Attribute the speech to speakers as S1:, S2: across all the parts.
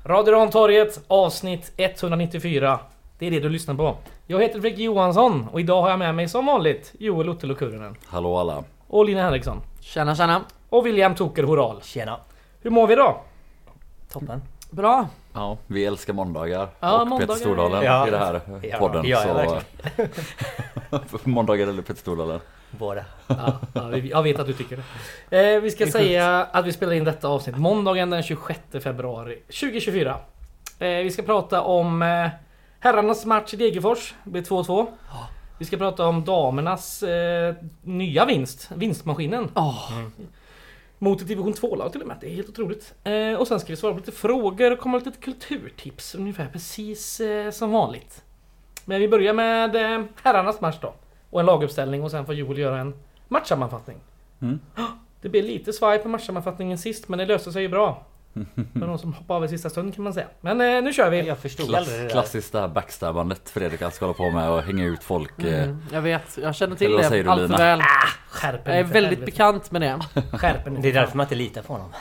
S1: Radio Rantorget, avsnitt 194. Det är det du lyssnar på. Jag heter Fredrik Johansson och idag har jag med mig som vanligt Joel Ottelo Kurunen.
S2: Hallå alla.
S1: Och Lina Henriksson.
S3: Tjena, tjena.
S1: Och William Toker Horal.
S4: Tjena.
S1: Hur mår vi då?
S4: Toppen.
S3: Bra.
S2: Ja, vi älskar måndagar.
S1: Ja,
S2: och
S1: måndagar.
S2: Peter Stordalen
S4: Ja.
S2: i det här podden.
S4: Ja,
S2: så
S4: verkligen.
S2: måndagar eller Peter Stordalen.
S4: Båda.
S1: Jag vet att du tycker det. Vi ska säga att vi spelar in detta avsnitt måndagen den 26 februari 2024. Vi ska prata om herrarnas match i Degerfors. Det blir 2-2. Vi ska prata om damernas nya vinstmaskinen. Mot ett division 2-lag till och med. Det är helt otroligt. Och sen ska vi svara på lite frågor och komma med lite kulturtips. Ungefär precis som vanligt. Men vi börjar med herrarnas match då. Och en laguppställning och sen får Joel göra en matchsammanfattning. Det blir lite svaj på matchsammanfattningen sist, men det löste sig ju bra. För någon som hoppar av i sista stund kan man säga. Men nu kör vi.
S4: Jag förstod aldrig det där.
S2: Klassiskt det här backstabbandet Fredrik ska hålla på med och hänga ut folk.
S3: Jag vet, jag känner till
S2: Eller vad
S3: det
S2: säger du,
S3: allt för
S2: Lina?
S3: väl.
S1: Skärpen.
S3: Jag är väldigt bekant med det.
S1: Skärpen.
S4: Det är därför man inte litar på honom.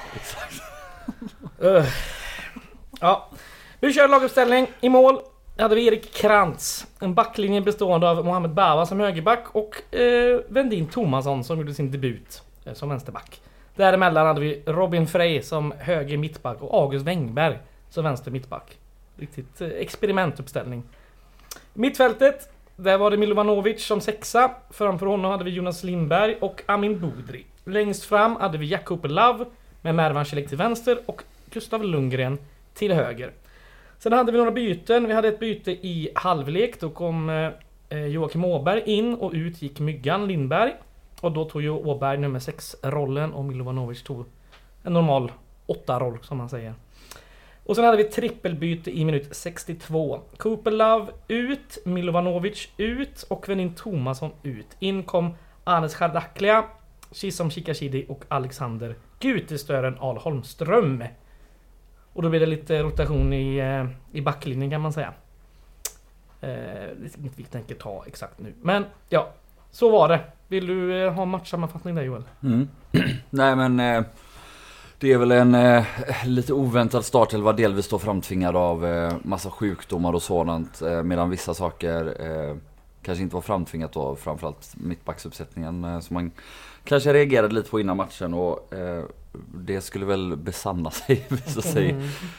S1: Ja. Vi kör laguppställning. I mål hade vi Erik Krantz. En backlinje bestående av Mohamed Bava som högerback och Vendin Thomasson som gjorde sin debut som vänsterback. Däremellan hade vi Robin Frey som höger mittback och August Wengberg som vänster mittback. Riktigt experimentuppställning. Mittfältet, där var det Milovanovic som sexa. Framför honom hade vi Jonas Lindberg och Amin Budri. Längst fram hade vi Jakob Love med Mervan Celik till vänster och Gustav Lundgren till höger. Sen hade vi några byten. Vi hade ett byte i halvlek. Då kom Joakim Åberg in och ut gick Myggan Lindberg. Och då tog ju Åberg nummer 6-rollen och Milovanovic tog en normal 8-roll som man säger. Och sen hade vi trippelbyte i minut 62. Cooper Love ut, Milovanovic ut och Vendin Thomasson ut. In kom Anes Chardaklia, Chisom Chikashidi och Alexander Gutestören Al Holmström. Och då blir det lite rotation i backlinjen kan man säga. Det är inget vi tänker ta exakt nu. Men ja, så var det. Vill du ha matchsammanfattning där Joel?
S2: Nej men det är väl en lite oväntad startelva delvis då framtvingad av massa sjukdomar och sådant. Medan vissa saker kanske inte var framtvingat då. Framförallt mittbacksuppsättningen som man kanske reagerade lite på innan matchen och det skulle väl besanna sig, visa sig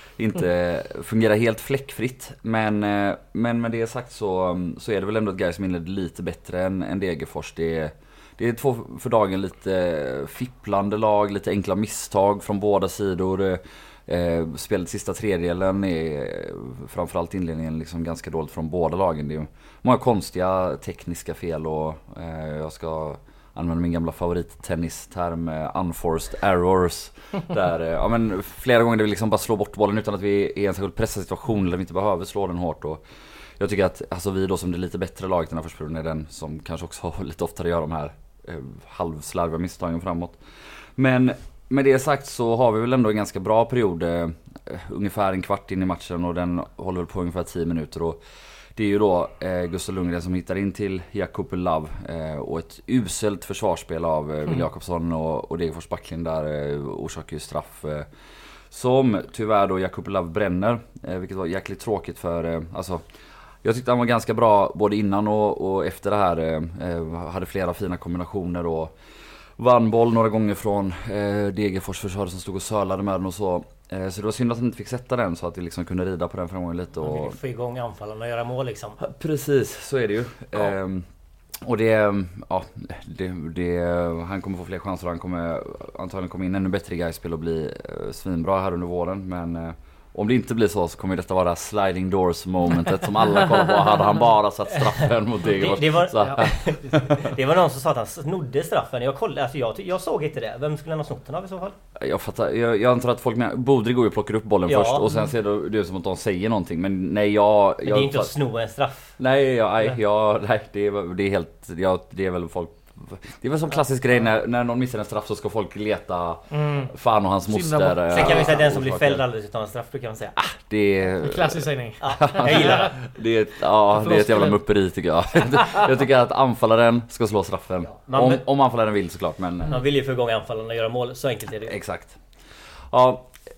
S2: inte fungera helt fläckfritt. Men med det sagt så är det väl ändå ett Gais som inledde lite bättre än Degerfors. Det är två för dagen lite fipplande lag, lite enkla misstag från båda sidor. Spelet sista tredjedelen är framförallt inledningen liksom ganska dåligt från båda lagen. Det är många konstiga tekniska fel och jag ska använder min gamla favorittennisterm unforced errors där men flera gånger det vi liksom bara slår bort bollen utan att vi är i en särskilt pressad situation där vi inte behöver slå den hårt och jag tycker att alltså vi då som det lite bättre laget den här första perioden är den som kanske också har lite oftare gör de här halvslarviga misstagen framåt. Men med det sagt så har vi väl ändå en ganska bra period ungefär en kvart in i matchen och den håller väl på ungefär 10 minuter och det är ju då Gustav Lundgren som hittar in till Jakob Love och ett uselt försvarsspel av Will Jakobsson och Degerfors backlinje där orsakar ju straff som tyvärr då Jakob Love bränner, vilket var jäkligt tråkigt för alltså jag tyckte han var ganska bra både innan och efter det här, hade flera fina kombinationer och vann boll några gånger från Degerfors försvar som stod och sölade med den och så. Så det var synd att han inte fick sätta den så att vi liksom kunde rida på den framgången lite. Och
S4: Man vill få igång anfallen och göra mål liksom.
S2: Precis, så är det ju. Ja. Och han kommer få fler chanser och han kommer antagligen komma in ännu bättre i Gais-spel och bli svinbra här under våren. Men om det inte blir så kommer detta vara sliding doors momentet som alla kollar på. Hade han bara satt straffen mot Degerfors.
S4: Det var någon som sa att han snodde straffen. Jag kollade, alltså jag såg inte det. Vem skulle han ha snott den av i så fall?
S2: Jag fattar, jag antar att folk med Bodri går och plockar upp bollen först och sen ser det ut som att de säger någonting. Men nej,
S4: men det är inte att sno en straff.
S2: Nej, det är helt, det är väl folk. Det är väl som klassisk grej när någon missar en straff så ska folk leta fan och hans moster.
S4: Sen kan vi säga den som blir fälld alldeles utan en straff, då kan man säga
S2: det är
S1: klassisk sägning.
S4: Jag gillar det.
S2: Det är ett jävla mupperi tycker jag. Jag tycker att anfallaren ska slå straffen. Om anfallaren vill såklart, men
S4: man vill ju få igång anfallen och göra mål, så enkelt är det.
S2: Exakt. Ja,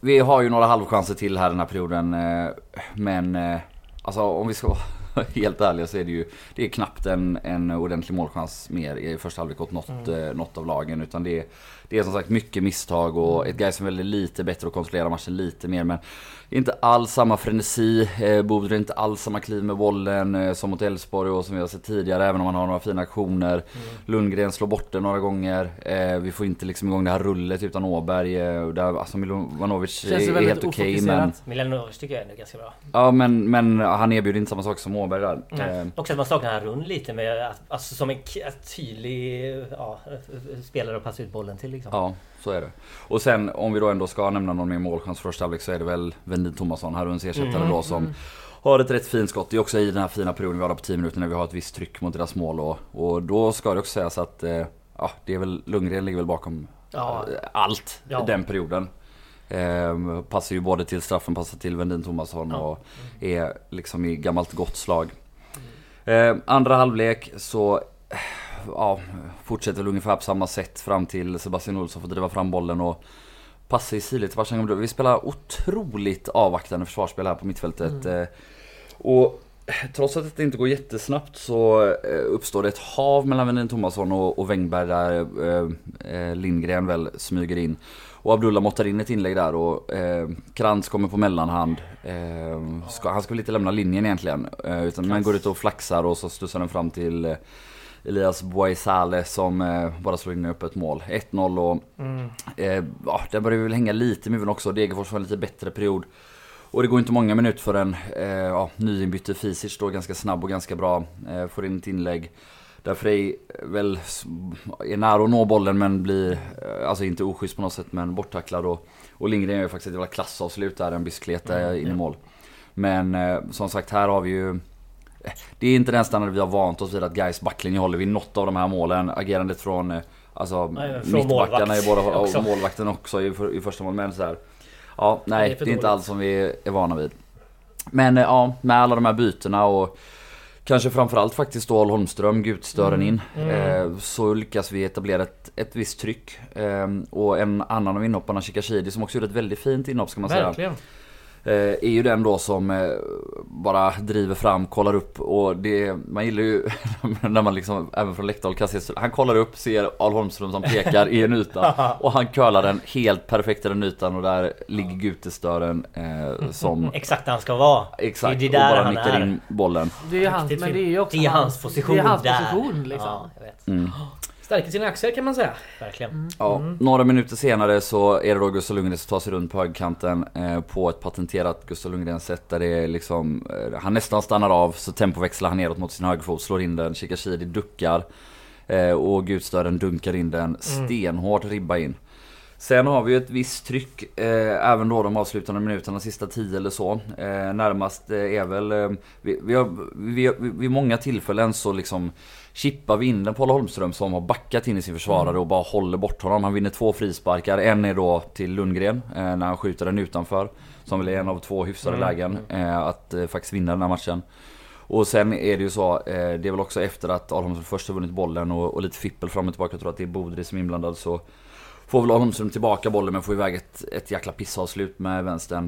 S2: vi har ju några halvchanser till här den här perioden. Men alltså om vi ska vara helt ärliga så är det är knappt en ordentlig målchans mer i första halvlek åt något av lagen. Utan det är som sagt mycket misstag och ett guy som är väldigt lite bättre att kontrollera matchen lite mer. Men inte alls samma frenesi. Bodre inte alls samma kliv med bollen som mot Elfsborg och som vi har sett tidigare. Även om man har några fina aktioner. Lundgren slår bort det några gånger. Vi får inte liksom igång det här rullet utan Åberg. Där, alltså Milovanovic är helt okej. Men
S4: Milanovic tycker jag är ganska bra.
S2: Ja, men han erbjuder inte samma sak som Åberg där.
S4: Också att man saknar den här rund lite med alltså, som en tydlig spelare att passa ut bollen till liksom.
S2: Ja, så är det. Och sen om vi då ändå ska nämna någon mer målchans första halvlek så är det väl Vendin Thomasson, Haruns ersättare då, som har ett rätt fint skott. Det är också i den här fina perioden vi har på 10 minuter när vi har ett visst tryck mot deras mål och då ska det också sägas att det är väl Lundgren ligger väl bakom allt i den perioden. Passar ju både till straffen, passar till Vendin Thomasson och är liksom i gammalt gott slag. Andra halvlek så fortsätter väl ungefär på samma sätt fram till Sebastian Olsson får driva fram bollen och passa i sidled till varsin. Vi spelar otroligt avvaktande försvarsspel här på mittfältet. Och trots att det inte går jättesnabbt så uppstår det ett hav mellan Vendin Thomasson och Wängberg där Lindgren väl smyger in. Och Abdullah måttar in ett inlägg där och Krantz kommer på mellanhand. Han ska väl inte lämna linjen egentligen. Utan man går ut och flaxar och så stussar den fram till Elias Boisale som bara slår in upp ett mål. 1-0 och där börjar vi väl hänga lite med också. Degerfors var en lite bättre period. Och det går inte många minuter för en nyinbytte Fisic då ganska snabb och ganska bra. Får in ett inlägg. Därför är nära att nå bollen men blir alltså inte oschysst på något sätt men borttacklad och Lindgren gör faktiskt ett jävla klassavslut där, en bicicleta in i mål. Men som sagt här har vi ju det är inte den standard vi har vant oss vid att guys backlinje håller vid något av de här målen. Agerandet från mittbackarna i båda och målvakten också i första mål men så här. Ja, nej, det är inte alls som vi är vana vid. Men med alla de här bytena och kanske framförallt faktiskt då Holmström, Gutstören in så lyckas vi etablera ett visst tryck och en annan av inhopparna, Shikashidi, som också gjorde ett väldigt fint inhopp ska man säga. Är ju den då som bara driver fram, kollar upp och man gillar ju när man liksom även från läktarhåll kan se, han kollar upp, ser Al Holmström som pekar i en yta och han curlar den helt perfekt i den ytan och där ligger Gutestören som
S4: exakt han ska vara.
S2: Exakt,
S4: det är där
S2: och bara
S4: han
S2: nickar
S4: är.
S2: In bollen.
S3: Det är hans, men det är ju också
S4: hans position.
S3: Det är hans
S4: där.
S3: position liksom.
S4: Ja, jag vet.
S1: Stärker sina axlar kan man säga. Verkligen.
S2: Ja, några minuter senare så är det då Gustav Lundgren som tar sig runt på högkanten på ett patenterat Gustav Lundgren sätt där det är liksom han nästan stannar av så tempoväxlar han neråt mot sin högerfot, slår in den, Shikashidi duckar och Gudstören dunkar in den stenhårt ribba in. Sen har vi ju ett visst tryck även då de avslutande minuterna, sista 10 eller så. Närmast är väl vid många tillfällen så liksom chippar vi in den på Paul Holmström som har backat in i sin försvarare och bara håller bort honom. Han vinner 2 frisparkar. En är då till Lundgren när han skjuter den utanför. Som väl är en av 2 hyfsade lägen att faktiskt vinna den här matchen. Och sen är det ju så, det är väl också efter att Al Holmström först har vunnit bollen och lite fippel fram och tillbaka. Jag tror att det är Bodri som är inblandad, så får väl Al Holmström tillbaka bollen men får iväg ett jäkla pissavslut med vänstern.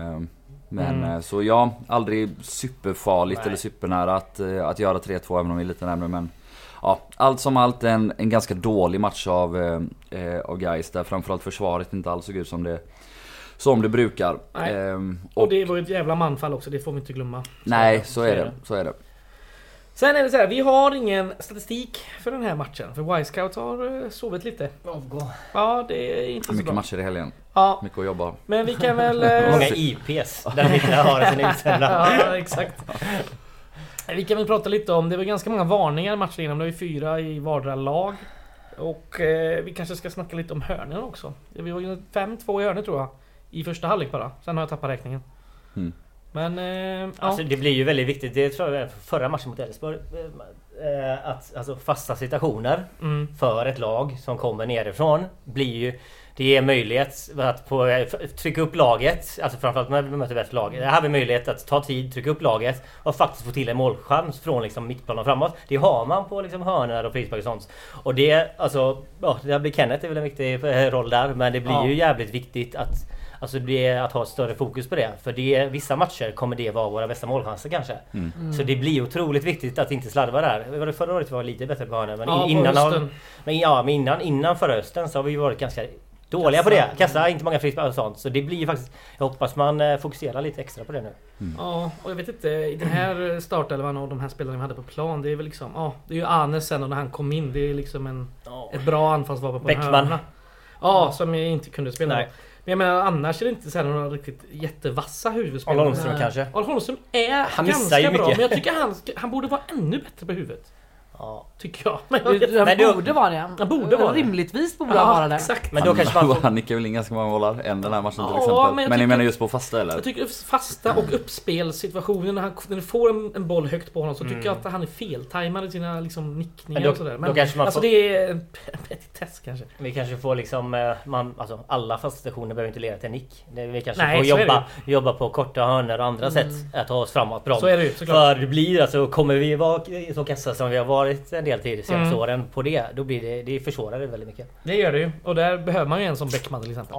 S2: Men så ja, aldrig superfarligt eller supernära att göra 3-2 även om vi är lite närmare. Men ja, allt som allt en ganska dålig match av guys där framförallt försvaret inte alls såg ut som det brukar.
S1: Och det var ett jävla manfall också, det får vi inte glömma.
S2: Nej, så är det.
S1: Sen är det så här, vi har ingen statistik för den här matchen. För Y-Scout har sovit lite. Ja, det är inte så
S2: mycket
S1: bra.
S2: Matcher i helgen.
S1: Ja.
S2: Mycket att jobba.
S1: Men vi kan väl...
S4: Många IPs där vi inte har sin utsända.
S1: Ja, exakt. Vi kan väl prata lite om, det var ganska många varningar i matchen innan. Det var ju 4 i vardera lag. Och vi kanske ska snacka lite om hörnen också. Vi var ju 5-2 i hörnen tror jag. I första halvlek bara. Sen har jag tappat räkningen. Men
S4: alltså det blir ju väldigt viktigt. Det tror jag förra matchen mot Elfsborg att alltså fasta situationer för ett lag som kommer nerifrån blir ju, det ger möjlighet att trycka upp laget, alltså framförallt när vi möter bättre lag. Det här har vi möjlighet att ta tid, trycka upp laget och faktiskt få till en målchans från liksom mittplan och framåt. Det har man på liksom hörnor och frispark och sånt. Och det alltså det blir Kenneth är väl en viktig roll där, men det blir ju jävligt viktigt Alltså det är att ha större fokus på det. För vissa matcher kommer det vara våra bästa målchanser kanske. Så det blir otroligt viktigt att inte slarva där. Förra året var lite bättre på hörnor. Men innan förra hösten så har vi ju varit ganska dåliga på det. Kassa inte många frisparkar och sånt. Så det blir ju faktiskt... Jag hoppas man fokuserar lite extra på det nu.
S1: Ja, och jag vet inte, i den här startelvan och de här spelarna vi hade på plan, det är väl liksom, det är ju Anes sen och när han kom in, det är liksom ett bra anfallsvapen på
S4: Bäckman.
S1: Ja, som jag inte kunde spela.
S4: Nej.
S1: Men jag menar, annars är det inte så här några riktigt jättevassa huvudspelare.
S4: Al Holmström kanske.
S1: Al Holmström är
S4: Han missar
S1: ganska
S4: ju
S1: bra,
S4: mycket.
S1: men jag tycker han borde vara ännu bättre på huvudet.
S4: Ja.
S1: Tycker jag. Men
S3: Borde vara det.
S1: Han borde vara det.
S3: Rimligtvis borde han vara det.
S1: Exakt.
S4: Men då kanske man får...
S2: Han nickar väl in ganska många målar än den här matchen till
S1: Ja,
S2: exempel. Men
S1: jag
S2: jag menar just på fasta eller?
S1: Jag tycker fasta och uppspelssituationer när du får en boll högt på honom så tycker jag att han är feltajmad i sina liksom nickningar
S4: Men
S1: och sådär.
S4: då kanske man
S1: alltså
S4: får...
S1: det är ett test kanske.
S4: Vi kanske får liksom... alltså alla fasta stationer behöver inte leda till en nick. Vi kanske
S1: Nej,
S4: får jobba på korta hörnor och andra sätt att ta oss framåt bra.
S1: Så är det ju såklart.
S4: För det blir alltså... Kommer vi vara så kassa som vi har varit en del tid senaste åren på det, då blir det försvårar det väldigt mycket.
S1: Det gör det ju. Och där behöver man ju en som Bäckman till exempel.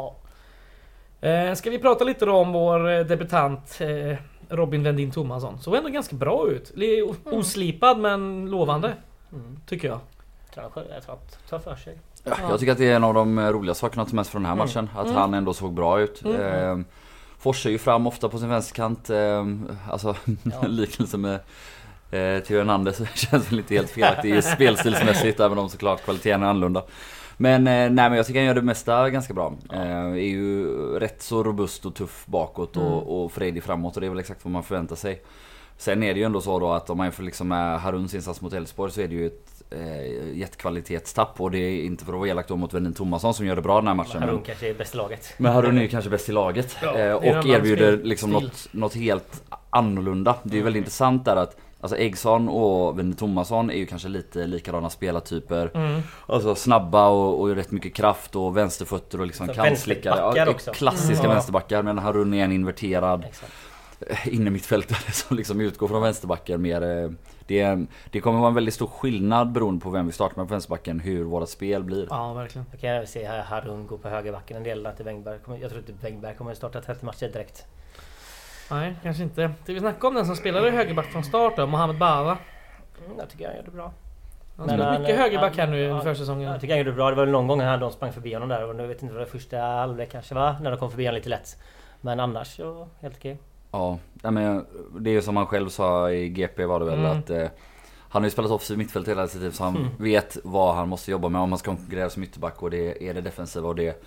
S1: Ska vi prata lite då om vår debutant Robin Vendin Thomasson. Så ändå ganska bra ut. Oslipad men lovande. Tycker jag.
S4: Jag tror att ta för sig.
S2: Jag tycker att det är en av de roliga sakerna att ta med från den här matchen. Att han ändå såg bra ut. Forsar ju fram ofta på sin vänsterkant. Alltså liknelse med Theo Hernandez känns väl inte helt felaktigt spelstilsmässigt, även om såklart kvaliteten är annorlunda. Men men jag tycker han gör det mesta ganska bra. Är ju rätt så robust och tuff bakåt och fredig framåt, och det är väl exakt vad man förväntar sig. Sen är det ju ändå så då att om man får liksom med Haruns insats mot Elfsborg så är det ju ett jättekvalitetstapp, och det är inte för att vara elakt då mot Vendin Thomasson som gör det bra den här matchen.
S4: Harun kanske är bäst i laget.
S2: Men Harun är ju kanske bäst i laget och erbjuder liksom något helt annorlunda. Det är ju väldigt intressant där att alltså Eggson och Vendin Thomasson är ju kanske lite likadana spelartyper. Alltså snabba och rätt mycket kraft och vänsterfötter och liksom kantslickare. Klassiska vänsterbackar, men Harun är en inverterad innermittfältare som liksom utgår från vänsterbackar mer. Det kommer vara en väldigt stor skillnad beroende på vem vi startar med på vänsterbacken, hur våra spel blir.
S1: Ja, verkligen.
S4: Jag kan se här Harun gå på högerbacken en del till Wengberg. Jag tror inte Wengberg kommer att starta 30 matcher direkt.
S1: Nej, kanske inte. Det vi snackar om den som spelade högerback från start då, Mohamed Bava.
S4: Jag tycker han gör det bra.
S1: Han spelar mycket högerback här nu för säsongen.
S4: Jag tycker han gjorde det bra. Det var någon gång han sprang förbi honom där, och nu vet inte vad det första halvlek kanske var när de kom förbi honom lite lätt. Men annars så helt okej.
S2: Ja, men det är ju som han själv sa i GP var det väl att han har ju spelat offensiv mittfält hela tiden, så han vet vad han måste jobba med om man ska konkurrera som ytterback, och det är det defensiva, och det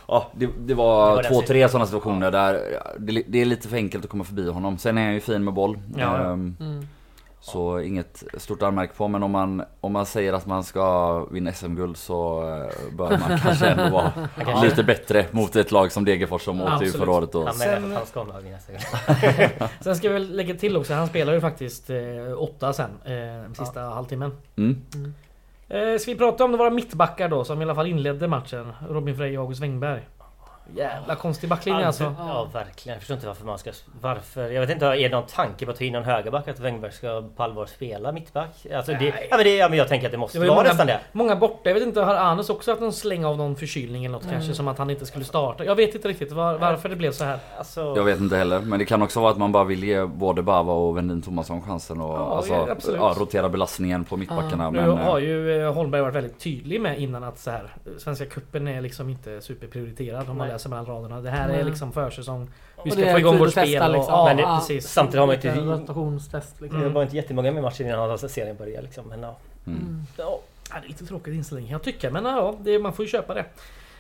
S2: var 2-3 sådana situationer där det är lite för enkelt att komma förbi honom. Sen är han ju fin med boll. Så inget stort anmärk på, men om man säger att man ska vinna SM-guld så bör man kanske ändå vara lite bättre mot ett lag som Degerfors som åkte ju förra året då.
S1: Sen ska vi väl lägga till också, han spelar ju faktiskt 8 sen, sista halvtimmen. Ska vi prata om våra mittbackar då, som i alla fall inledde matchen? Robin Frey och August Wengberg. Jävla konstig backlinje alltså.
S4: Ja, verkligen. Jag förstår inte varför man ska... Jag vet inte, är det någon tanke på att ta in någon högerback att Wengberg ska på allvar spela mittback? Alltså men jag tänker att det måste vara nästan det.
S1: Många borta. Jag vet inte, har Anes också haft någon släng av någon förkylning eller något kanske, som att han inte skulle starta? Jag vet inte riktigt varför det blev så här.
S4: Alltså...
S2: Jag vet inte heller, men det kan också vara att man bara vill ge både Bava och Vendin Thomasson chansen och rotera belastningen på mittbackarna.
S1: Nu har ju Holmberg varit väldigt tydlig med innan att så här, Svenska cupen är liksom inte superprioriterad om man läser mellan raderna. Det här är liksom försäsong. Vi ska få igång vårt spel liksom.
S4: Men precis. Samtidigt har man inte
S3: rotationstest liksom.
S4: Det var inte jättemånga med matcher innan serien började liksom, men
S1: det är lite tråkigt inställning jag tycker, men man får ju köpa det.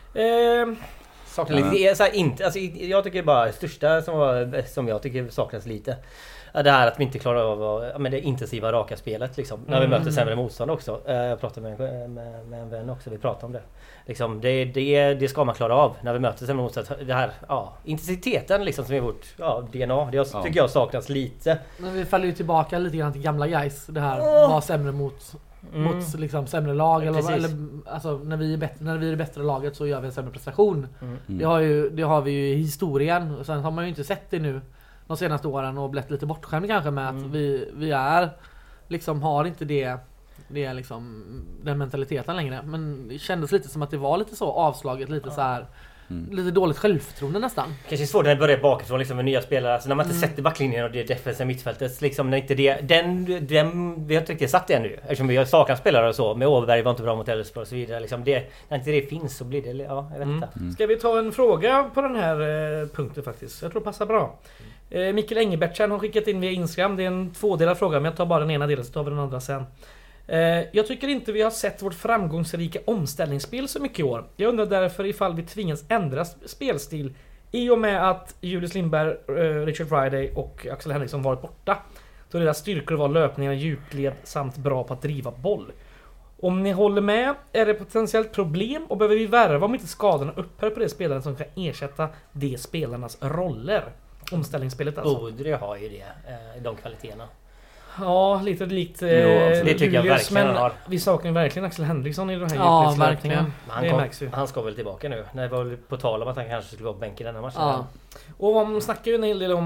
S1: Jag tycker bara det största som jag tycker saknas lite det här att vi inte klarar av det intensiva raka spelet liksom, när vi möter sämre motstånd också. Jag pratade med en vän också, vi pratade om det. Liksom, det ska man klara av när vi möter sämre motstånd. Det här intensiteten liksom, som är vårt DNA, det tycker jag saknas lite.
S3: Men vi faller ju tillbaka lite grann till gamla guys, det här var sämre mot liksom sämre lag eller alltså när vi är det bättre laget så gör vi en sämre prestation. Det har vi ju i historien, och sen har man ju inte sett det nu de senaste åren och blivit lite bortskämd kanske med att vi är liksom har inte det liksom den mentaliteten längre, men det kändes lite som att det var lite så avslaget, lite så här lite dåligt självförtroende nästan.
S4: Kanske svårt när det börjar bakifrån liksom med nya spelare. Alltså när man inte sätter backlinjen och det defensiva mittfältet. Liksom när inte det... vi har inte riktigt sagt det ännu. Eftersom vi har saknat spelare och så. Med Åberg var inte bra mot Elfsborg och så vidare. Liksom när inte det finns så blir det... Ja, jag vet inte.
S1: Ska vi ta en fråga på den här punkten faktiskt? Jag tror det passar bra. Mikael Engebertsen har skickat in via Instagram. Det är en tvådelad fråga, men jag tar bara den ena delen så tar vi den andra sen. Jag tycker inte vi har sett vårt framgångsrika omställningsspel så mycket i år. Jag undrar därför ifall vi tvingas ändra spelstil i och med att Julius Lindberg, Richard Friday och Axel Henriksson varit borta. Då deras styrkor var löpningar, djupled samt bra på att driva boll. Om ni håller med, är det potentiellt problem och behöver vi värva om inte skadorna upphör på det spelaren som kan ersätta de spelarnas roller? Omställningsspelet alltså.
S4: Bodre har ju det, de kvaliteterna.
S1: Ja, lite likt
S4: det tycker jag verkligen
S1: men
S4: har.
S1: vi saknar verkligen Axel Henriksson i den här
S3: djuplöpningen.
S4: Han ska väl tillbaka nu. Det var väl på tal om att han kanske skulle vara på bänken i den här matchen.
S3: Ja.
S1: Och man snackar ju en hel del om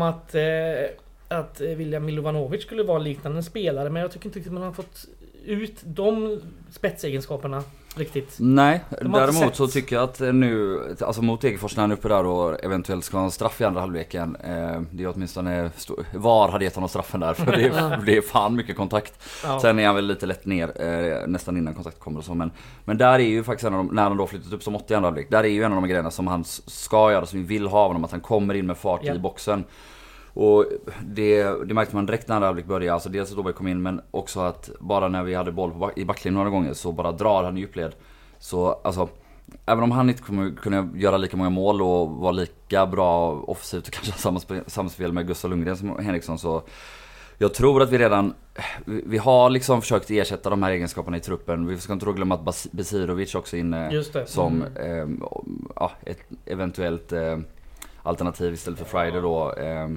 S1: att William Milovanovic skulle vara liknande spelare, men jag tycker inte att man har fått ut de spetsegenskaperna riktigt.
S2: Nej, däremot så tycker jag att nu, alltså mot Degerfors när han är uppe där och eventuellt ska ha en straff i andra halvleken, det är åtminstone VAR hade gett honom straffen där, för det är fan mycket kontakt.
S1: Ja.
S2: Sen är han väl lite lätt ner nästan innan kontakt kommer och så, men där är ju faktiskt när han då flyttat upp som 80 i andra halvlek, där är ju en av de grejerna som han ska göra, som vi vill ha av honom, att han kommer in med fart i boxen. Och det märkte man direkt när andra halvlek började. Alltså dels att Åberg kom in, men också att bara när vi hade boll i backlinjen några gånger så bara drar han i djupled. Så alltså, även om han inte kommer kunna göra lika många mål och vara lika bra offensivt och kanske samspel med Gustav Lundgren som Henriksson, så jag tror att vi har liksom försökt ersätta de här egenskaperna i truppen. Vi ska inte glömma att Besirovic också är inne som ett eventuellt alternativ istället för Friday då.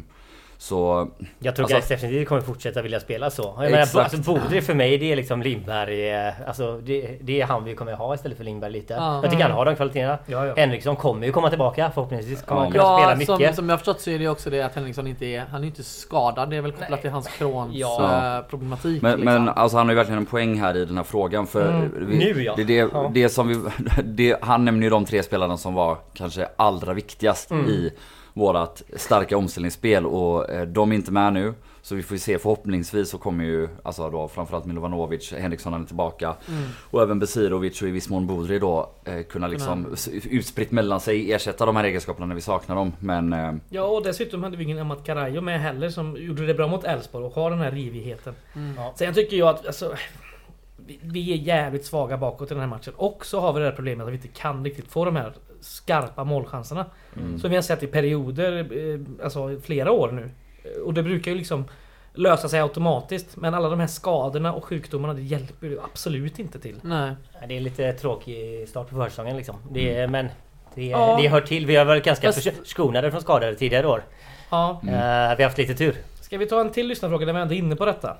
S2: Så
S4: jag tror att definitivt kommer fortsätta vilja spela så. Jag menar, alltså, Bodre för mig, det är liksom Lindberg, alltså det är han vi kommer ha istället för Lindberg lite. Jag tycker han har de kvaliteterna. Henriksson kommer ju komma tillbaka, förhoppningsvis kommer han kunna spela mycket.
S3: Som jag har förstått så är det också det att Henriksson han är inte skadad. Det är väl kopplat till hans Crohns problematik.
S2: Men alltså han har ju verkligen en poäng här i den här frågan, för det som han nämner ju de 3 spelarna som var kanske allra viktigast i vårat starka omställningsspel, och de är inte med nu, så vi får ju se, förhoppningsvis så kommer ju alltså då framförallt Milovanovic, Henriksson är tillbaka och även Besirovic och i viss mån Bodri då kunna liksom utspritt mellan sig ersätta de här egenskaperna när vi saknar dem, men
S1: ja, och dessutom hade vi ingen Amat Karajo med heller som gjorde det bra mot Elfsborg och har den här rivigheten. Sen tycker jag att alltså, vi är jävligt svaga bakåt i den här matchen, och så har vi det här problemet att vi inte kan riktigt få de här skarpa målchanserna som vi har sett i perioder, alltså flera år nu, och det brukar ju liksom lösa sig automatiskt, men alla de här skadorna och sjukdomarna, det hjälper ju absolut inte till.
S3: Nej.
S4: Det är lite tråkig start på försäsongen liksom. Men det hör till. Vi har varit ganska förskonade från skador tidigare år. Vi har haft lite tur.
S1: Ska vi ta en till lyssnarfråga när vi ändå är inne på detta?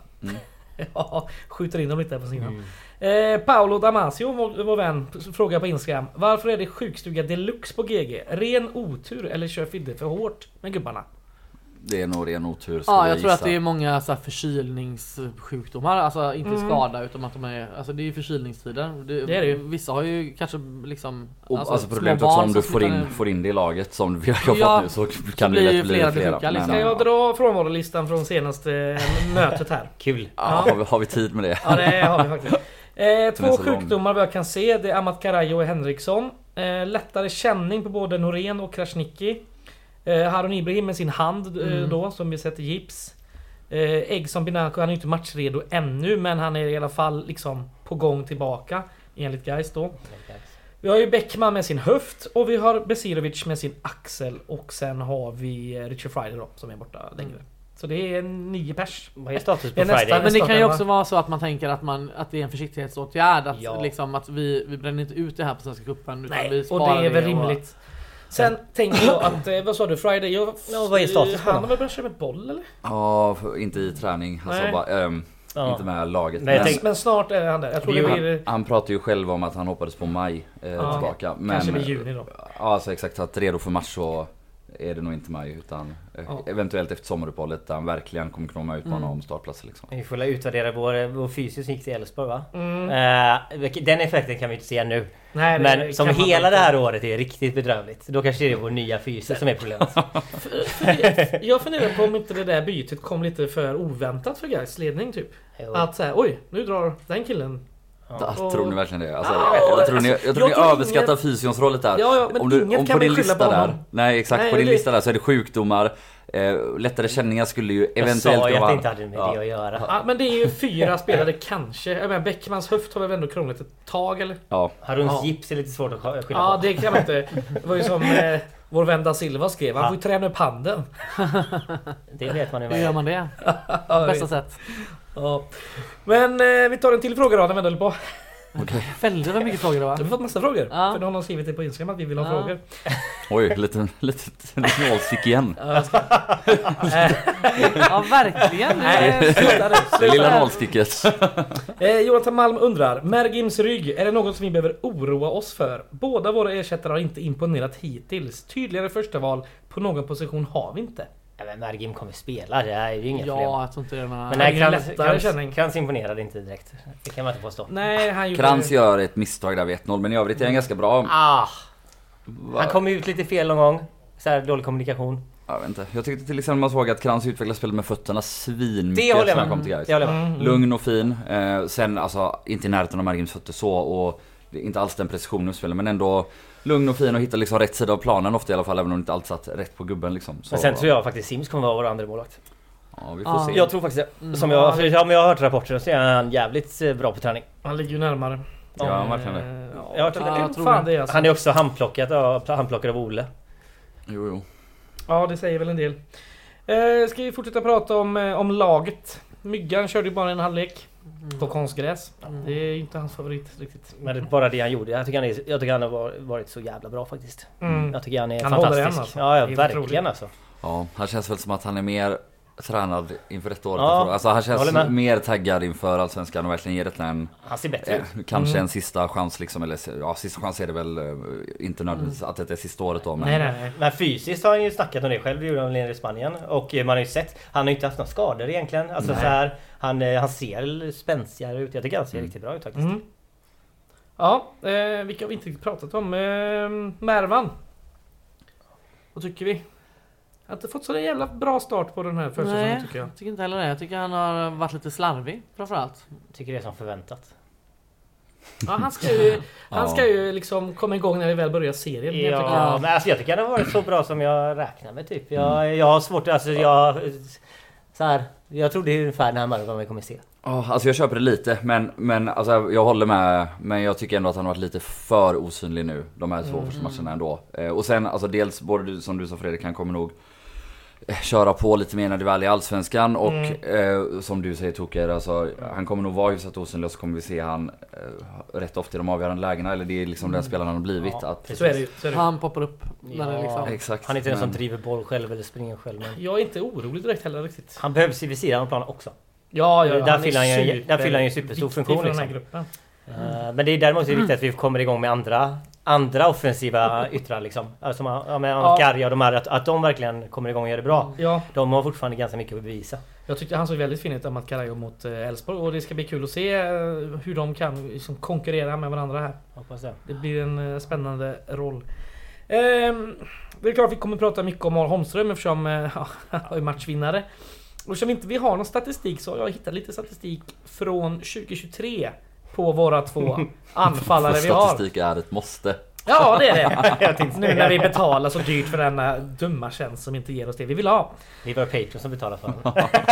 S1: Skjuter in dem lite här på sidan. Paolo Damasio, vår vän, frågar på Instagram: varför är det sjukstuga deluxe på GG? Ren otur eller kör Fidde för hårt med gubbarna?
S2: Det är nog ren otur.
S3: Jag tror att det är många så här förkylningssjukdomar, alltså inte skada, utan att de är, alltså det är förkylningstider. Det är det ju. Vissa har ju kanske liksom
S2: alltså problemet också om du får in det i laget som vi har fått nu, så kan det lätt bli flera.
S1: Liksom. Ska jag dra frånvarolistan från senaste mötet här?
S4: Kul.
S2: Har vi tid med det?
S1: Ja, det har vi faktiskt. 2 sjukdomar vad jag kan se, det är Amat Karajo och Henriksson. Lättare känning på både Norén och Krasniqi. Harun Ibrahim med sin hand då, som vi sett i gips. Egson Binaco, han är ju inte matchredo ännu, men han är i alla fall liksom på gång tillbaka enligt Gais då. Vi har ju Bäckman med sin höft, och vi har Besirovic med sin axel, och sen har vi Richard Friday då, som är borta längre. Så det är 9 pers.
S4: Vad är status på Friday?
S3: Men det kan ju också vara så att man tänker att det är en försiktighetsåtgärd, att liksom att vi bränner inte ut det här på Svenska cupen, utan vi sparar.
S1: Och det är väl rimligt. Sen tänker jag att, vad sa du, Friday?
S4: Vad är status på?
S1: Han har väl börjat köra med boll, eller?
S2: Ja, inte i träning. Alltså bara, inte med laget.
S1: Men snart är han där. Jag tror
S2: han pratar ju själv om att han hoppades på maj tillbaka. Men,
S1: kanske med juni då.
S2: Ja, alltså exakt, att redo för match, och är det nog inte maj utan eventuellt efter sommaruppehållet där han verkligen kommer kunna utmana om startplatser liksom.
S4: Vi får utvärdera vår fysiskt gick till Elfsborg va? Den effekten kan vi inte se nu.
S1: Nej,
S4: men som hela det här året är riktigt bedrövligt. Då kanske det är vår nya fysiskt som är problemet.
S1: Jag funderar på om inte det där bytet kom lite för oväntat för Gais ledning typ.
S4: Jo.
S1: Att säga, oj, nu drar den killen.
S2: Tror ni verkligen det? Alltså, jag tror ni överskattar fysions rollet där.
S1: Ja, men
S2: om på din lista där. Nej, exakt.
S1: Nej,
S2: på din lista där så är det sjukdomar. Lättare känningar skulle ju eventuellt
S4: jag sa ju att det inte hade med det att göra.
S1: Ja, men det är ju 4 spelare kanske. Jag menar, Bäckmans höft har väl ändå krånglat ett tag eller?
S2: Ja.
S4: Haruns gips är lite svårt att skylla på.
S1: Ja, det kan man inte. Det var ju som vår vän Da Silva skrev. Han får ju träna upp handen.
S4: Det vet man ju.
S3: Hur gör man det? Bästa sätt.
S1: Ja. Men vi tar en till fråga då, den vänder på.
S2: Okay.
S3: Väldigt mycket frågor va?
S1: Du har fått massa frågor.
S3: Ja.
S1: För någon har skrivit det på Instagram att vi vill ha frågor.
S2: Oj, lite nålstick igen.
S3: Ja, verkligen.
S2: Det lilla nålsticket.
S1: Jonathan Malm undrar, Mergims rygg, är det något som vi behöver oroa oss för? Båda våra ersättare har inte imponerat hittills. Tydligare första val på någon position har vi inte.
S4: Ja, men Mergim kommer spela, det är ju inget problem.
S3: Ja, jag tror inte det.
S4: Men nej, Krantz imponerade inte direkt. Det kan man inte påstå.
S1: Nej, han gjorde...
S2: Krantz gör ett misstag där vid 1-0, men i övrigt är han ganska bra.
S4: Han kom ut lite fel någon gång. Så här dålig kommunikation.
S2: Jag vet inte. Jag tyckte till exempel man såg att Krantz utvecklar spelet med fötterna svin
S4: mycket. Det håller jag
S2: med. Lugn och fin. Sen alltså inte i närheten av Mergims fötter så, och det är inte alls den precisionen spelar, men ändå lugn och fin och hitta liksom rätt sida av planen ofta i alla fall, även om det inte alltid satt rätt på gubben liksom. Så,
S4: men sen tror jag faktiskt Sims kommer vara vår andra målvakt.
S2: Ja, vi får se.
S4: Jag tror faktiskt det. Som jag har hört rapporter så är han jävligt bra på träning.
S1: Han ligger ju närmare.
S2: Ja, verkligen det.
S1: Jag tror fan det är alltså.
S4: Han är också handplockad av Ole.
S2: Jo.
S1: Ja, det säger väl en del. Ska vi fortsätta prata om laget? Myggan körde ju bara en halvlek på konstgräs. Det är inte hans favorit riktigt.
S4: Men det är bara det han gjorde. Jag tycker han har varit så jävla bra faktiskt. Jag tycker han är fantastisk.
S1: Alltså.
S4: Ja, verkligen alltså.
S2: Ja, han känns väl som att han är mer tränad inför ett år. Ja, alltså han känns mer taggad inför Allsvenskan och verkligen ger det en...
S4: Han ser bättre ut.
S2: Kanske en sista chans liksom, eller ja, sista chans är det väl inte nödvändigtvis att det är sista året då. Men...
S1: Nej.
S4: Men fysiskt har han ju snackat om det själv, det gjorde han i Spanien. Och man har ju sett, han har ju inte haft några skador egentligen. Alltså så här, han ser spänsigare ut. Jag tycker han ser riktigt bra ut faktiskt.
S1: Ja, vilka har vi inte pratat om? Mervan. Vad tycker vi? Jag har inte fått så en jävla bra start på den här försäsongen tycker jag.
S3: Jag tycker inte heller det. Jag tycker han har varit lite slarvig framförallt.
S4: Tycker det är som förväntat.
S1: Ja, han ska ju liksom komma igång när vi väl börjar serien.
S4: Ja, men alltså jag tycker han har varit så bra som jag räknar med typ. Jag har svårt, alltså jag tror det är ungefär den här matchen vi kommer se.
S2: Alltså jag köper det lite, men alltså jag håller med, men jag tycker ändå att han har varit lite för osynlig nu de här 2 första matcherna ändå. Och sen alltså dels både som du sa Fredrik, han kommer nog köra på lite mer när det väl är Allsvenskan och som du säger Toker, alltså han kommer nog vara hyfsat osynlig och så kommer vi se han rätt ofta i de avgörande lägena, eller det är liksom den spelaren han har blivit.
S1: Så är det ju.
S3: Han poppar upp när det liksom...
S2: Exakt.
S4: Han är inte den som driver boll själv eller springer själv. Men...
S1: Jag är inte orolig direkt heller riktigt.
S4: Han behövs vid sidan av planen också.
S1: Ja,
S4: där fyller han ju superstor funktion liksom. Men det är däremot viktigt att vi kommer igång med andra offensiva yttrar liksom. Alltså med Garja och de här, att de verkligen kommer igång och gör det bra.
S1: Ja.
S4: De har fortfarande ganska mycket att bevisa.
S1: Jag tyckte han såg väldigt fint ut Amat Karajo mot Elfsborg och det ska bli kul att se hur de kan liksom konkurrera med varandra här.
S4: Hoppas det.
S1: Det blir en spännande roll. Det är klart vi kommer prata mycket om Aron Holmström eftersom han är matchvinnare. Och eftersom inte vi har någon statistik så har jag hittat lite statistik från 2023 på våra 2 anfallare vi har.
S2: Statistik är ett måste.
S1: Ja, det är det. Jag tänkte, nu när vi betalar så dyrt för denna dumma tjänst som inte ger oss det vi vill ha.
S4: Det var Patreon som betalar för.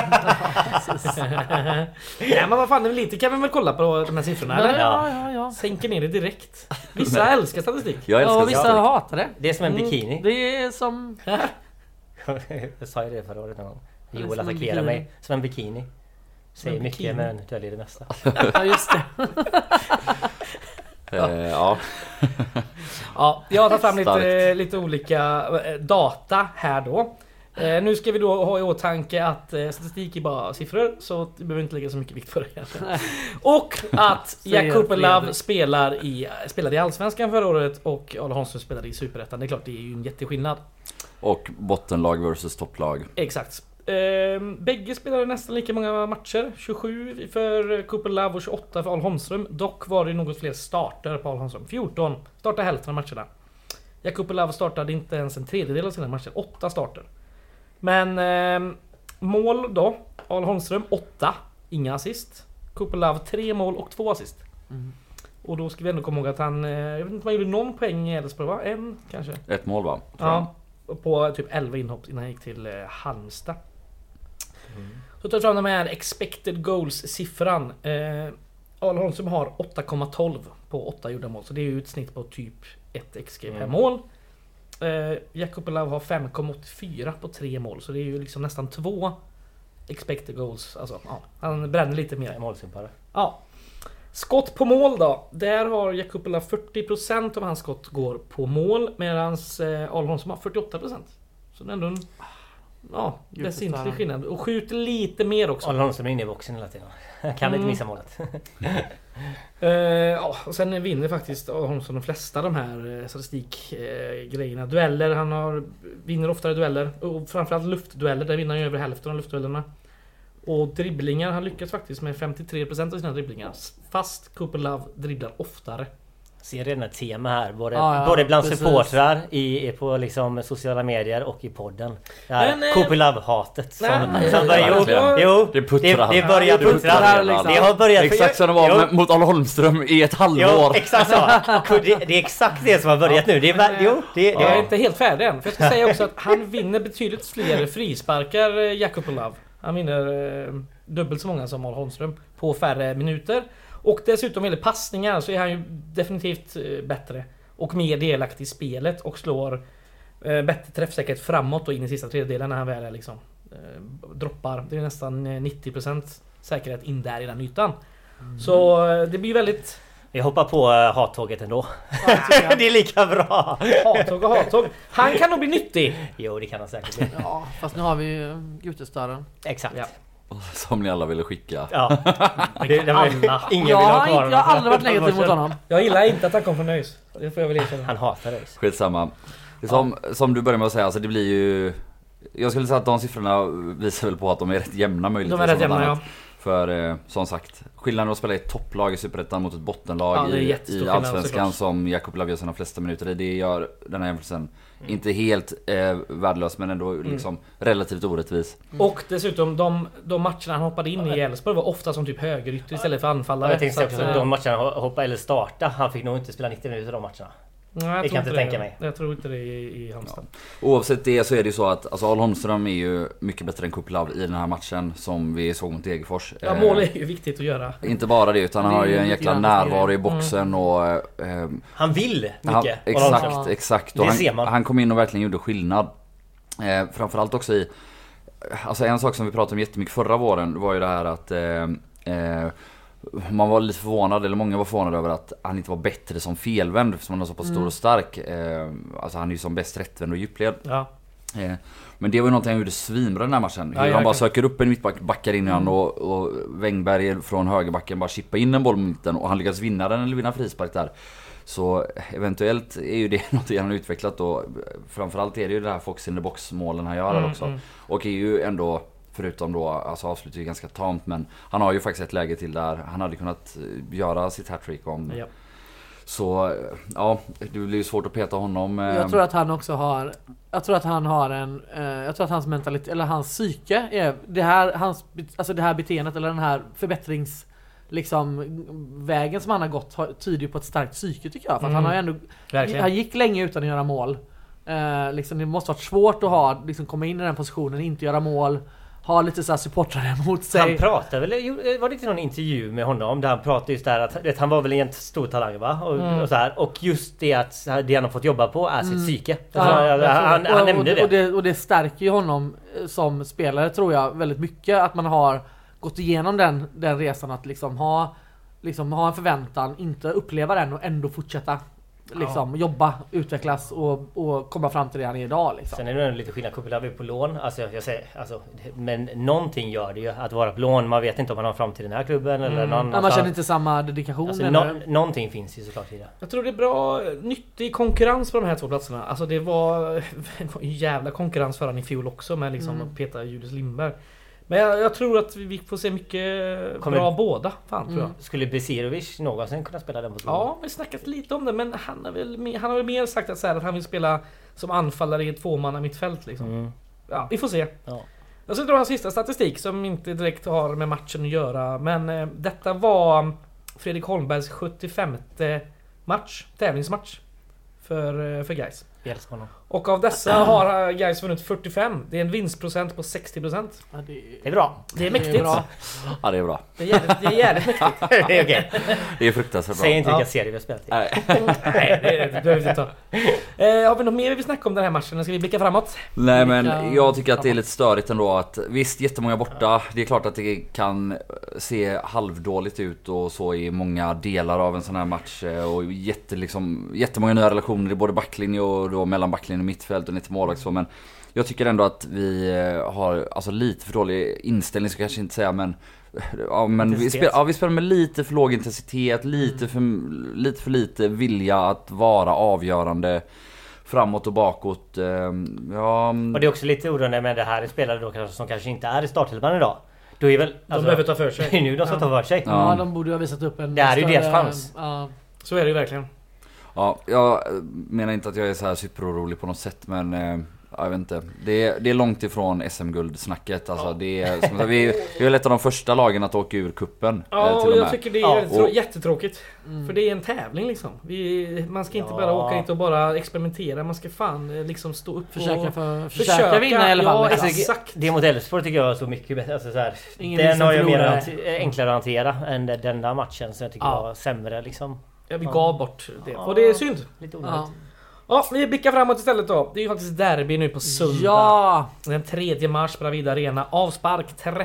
S1: Nej, men vad fan, lite kan vi väl kolla på de här siffrorna, eller?
S3: Ja.
S1: Sänker ner det direkt. Vissa älskar statistik.
S2: Jag älskar
S3: vissa hatar det.
S4: Det är som en bikini.
S3: Det är som...
S4: Jag sa ju det förra året någon gång. Joel attackerar mig som en bikini. Säger mycket men döljer det mesta.
S3: Ja, just det.
S2: Ja.
S1: Ja, jag har tagit fram lite olika data här då. Nu ska vi då ha i åtanke att statistik är bara siffror, så vi behöver inte lägga så mycket vikt för det. Och att Jakub Love spelade i Allsvenskan förra året och Aron Holmström spelade i Superettan. Det är klart, det är ju en jätteskillnad.
S2: Och bottenlag versus topplag.
S1: Exakt. Bägge spelade nästan lika många matcher. 27 för Cooper Love och 28 för Al Holmström. Dock var det något fler starter på Al Holmström. 14 startade hälften av matcherna. Cooper Love startade inte ens en tredjedel av sina matcher. 8 starter. Men mål då. Al Holmström 8. Inga assist. Cooper Love 3 mål och 2 assist. Och då ska vi ändå komma ihåg att han... jag vet inte om han gjorde någon poäng i Elfsborg, va? En kanske?
S2: Ett mål, va?
S1: Ja. På typ 11 inhopp innan han gick till Halmstad. Så tar vi fram de här expected goals-siffran. Al Holmström har 8,12 på 8 gjorda mål. Så det är ju ett snitt på typ 1 XG per mål. Cooper Love har 5,84 på 3 mål. Så det är ju liksom nästan 2 expected goals. Alltså, ja, han bränner lite mer.
S4: Målsympare.
S1: Ja. Skott på mål då. Där har Cooper Love 40% av hans skott går på mål. Medan Al Holmström har 48%. Så det är ändå en... Ja, väsentlig skillnad. Och skjuter lite mer också.
S4: Al Holmström är inne i boxen hela tiden. Kan inte missa målet.
S1: Ja, och sen vinner faktiskt Al Holmström de flesta de här statistikgrejerna. Dueller, vinner oftare dueller. Och framförallt luftdueller, där vinner han över hälften av luftduellerna. Och dribblingar, han lyckas faktiskt med 53% av sina dribblingar. Fast Cooper Love dribblar oftare.
S4: Ser redan ett tema här, både bland supportrar på liksom sociala medier och i podden. Cooper Love-hatet som börjar.
S2: Det puttrar.
S4: Det börjar puttra. Det har börjat
S2: exakt som det var mot Al Holmström i ett halvår.
S4: Jo, exakt så. Det är exakt det som har börjat nu. Jag
S1: är inte helt färdig än. För jag ska säga också att han vinner betydligt fler frisparkar, Cooper Love. Han vinner dubbelt så många som Al Holmström på färre minuter. Och dessutom med passningar så är han ju definitivt bättre och mer delaktig i spelet och slår bättre träffsäkerhet framåt och in i sista tredjedelen när han väl är liksom droppar. Det är nästan 90% säkerhet in där i den ytan. Så det blir väldigt...
S4: Vi hoppar på hattåget ändå. Ja, det är lika bra.
S1: Hattåg. Han kan nog bli nyttig.
S4: Jo, det kan han säkert bli.
S3: Ja, fast nu har vi ju Gutestören.
S4: Exakt. Ja.
S2: Som ni alla ville skicka.
S4: Ja. Ingen vill ha kvar.
S3: Jag har aldrig varit negativ mot honom.
S1: Jag gillar inte att han kom från ÖIS. Det får jag väl erkänna.
S4: Han hatar ÖIS.
S2: Skitsamma. Som du började med att säga, alltså det blir ju... Jag skulle säga att de siffrorna visar väl på att de är rätt jämna möjligtvis.
S1: De är rätt jämna, ja.
S2: För som sagt, skillnaden att spela i ett topplag i Superettan mot ett bottenlag i Allsvenskan som Cooper Love gör sina flesta minuter i, det gör den här jämförelsen inte helt värdelös, men ändå liksom relativt orättvis.
S1: Och dessutom de matcherna han hoppade in i Elfsborg var ofta som typ högerytter istället för anfallare.
S4: Jag tänkte också att de matcherna hoppa eller starta, han fick nog inte spela 90 minuter de matcherna.
S1: Nej,
S4: jag kan inte tänka mig.
S1: Jag tror inte det i Halmstad.
S2: Ja. Oavsett det så är det ju så att alltså, Al Holmström är ju mycket bättre än Cooper Love i den här matchen som vi såg mot Degerfors.
S1: Ja, mål är ju viktigt att göra.
S2: Inte bara det, utan han har ju en jäkla närvaro i boxen och...
S4: han vill mycket.
S2: Exakt. Och han kom in och verkligen gjorde skillnad. Framförallt också i... Alltså en sak som vi pratade om jättemycket förra våren var ju det här att... man var lite förvånad, eller många var förvånade över att han inte var bättre som felvänd eftersom han var så pass stor och stark. Alltså han är ju som bäst rättvänd och djupled.
S1: Ja.
S2: Men det var ju någonting han gjorde svinbra den här matchen. Hur han bara söker upp en mittback, backar in i han och Wängberg från högerbacken bara chippar in en boll mot mitten och han lyckas vinna den eller vinna frispark där. Så eventuellt är ju det något han har utvecklat och framförallt är det ju det här Fox in the box målen han gör också. Och är ju ändå... Förutom då, alltså avslutet är ganska tamt, men han har ju faktiskt ett läge till där han hade kunnat göra sitt hattrick om. Ja. Så ja, det blir ju svårt att peta honom.
S3: Jag tror att han också har, jag tror att hans mentalitet eller hans psyke är det här, det här beteendet eller den här förbättrings liksom vägen som han har gått tyder på ett starkt psyke tycker jag, för att han har ju ändå han gick länge utan att göra mål. Liksom det måste vara svårt att liksom komma in i den positionen, inte göra mål. Har lite så här supportrar emot sig.
S4: Han pratade väl, var det inte någon intervju med honom där han pratade just där att han var väl en stor talang, va? Och så här, och just det att det han har fått jobba på är sitt psyke. Han nämnde det.
S3: Och det stärker ju honom som spelare tror jag väldigt mycket, att man har gått igenom den resan att liksom ha en förväntan, inte uppleva den och ändå fortsätta liksom jobba, utvecklas och komma fram till det han är idag liksom.
S4: Sen är det lite skillnad, Kuppelavi på lån. Men någonting gör det ju att vara på lån. Man vet inte om man har framtid i den här klubben eller någon.
S3: Man känner inte samma dedikation.
S4: Någonting finns ju såklart i det.
S1: Jag tror det är bra nyttig konkurrens på de här två platserna. Alltså det var en jävla konkurrens för han i fjol också med liksom att peta Julius Lindberg. Men jag tror att vi får se mycket bra båda. Tror jag.
S4: Skulle Besirovic någonsin kunna spela den på två?
S1: Ja, vi har snackat lite om det. Men han har väl mer sagt att han vill spela som anfallare i ett tvåmanna mittfält liksom. Ja, vi får se. Ja. Jag ska dra en sista statistik som inte direkt har med matchen att göra. Men detta var Fredrik Holmbergs 75:e tävlingsmatch för Gais. Och av dessa har Gais vunnit 45. Det är en vinstprocent på 60%.
S3: Ja, det
S4: är bra.
S1: Det är mäktigt.
S2: Ja, det är bra.
S1: Det är jävligt mäktigt.
S4: Det är okej.
S2: Det är fruktansvärt bra.
S4: Säg inte vilka serier vi har spelat i.
S1: Nej, det behöver vi inte ta. Har vi något mer vi vill snacka om den här matchen? Ska vi blicka framåt?
S2: Nej, men jag tycker att det är lite störigt ändå att visst, jättemånga borta. Det är klart att det kan se halvdåligt ut och så i många delar av en sån här match. Och jättemånga nya relationer i både backlinje och då mellan backlinje och mittfält och lite målvakt så. Men jag tycker ändå att vi har lite för dålig inställning, ska jag kanske inte säga, men vi spelar med lite för låg intensitet, lite för lite vilja att vara avgörande framåt och bakåt.
S4: Och det är också lite oroande med det här spelare då som kanske inte är i startelvan idag. Då är väl
S1: de behöver ta för sig.
S4: Det är nu de ska ta för sig.
S3: Ja, de borde ha visat upp en.
S4: Det är ju deras chans.
S1: Så är det ju verkligen.
S2: Ja, jag menar inte att jag är så här superorolig på något sätt, men jag vet inte. Det är långt ifrån SM-guldsnacket. Alltså, vi är väl ett av de första lagen att åka ur kuppen.
S1: Ja, och jag tycker det är jättetråkigt. För det är en tävling liksom. Man ska inte bara åka hit och bara experimentera. Man ska fan liksom stå upp och
S3: försöka vinna i alla fall.
S1: Ja, exakt.
S4: Det mot Elfsborg tycker jag är så mycket bättre. Alltså, så här, den har jag mer enklare att hantera än den där matchen som jag tycker var sämre liksom.
S1: Ja, vi gav bort det. Och det är synd.
S4: Lite onödigt.
S1: Ja, vi blickar framåt istället då. Det är ju faktiskt derby nu på söndag.
S3: Ja!
S1: Den 3 mars på Bravida Arena. Avspark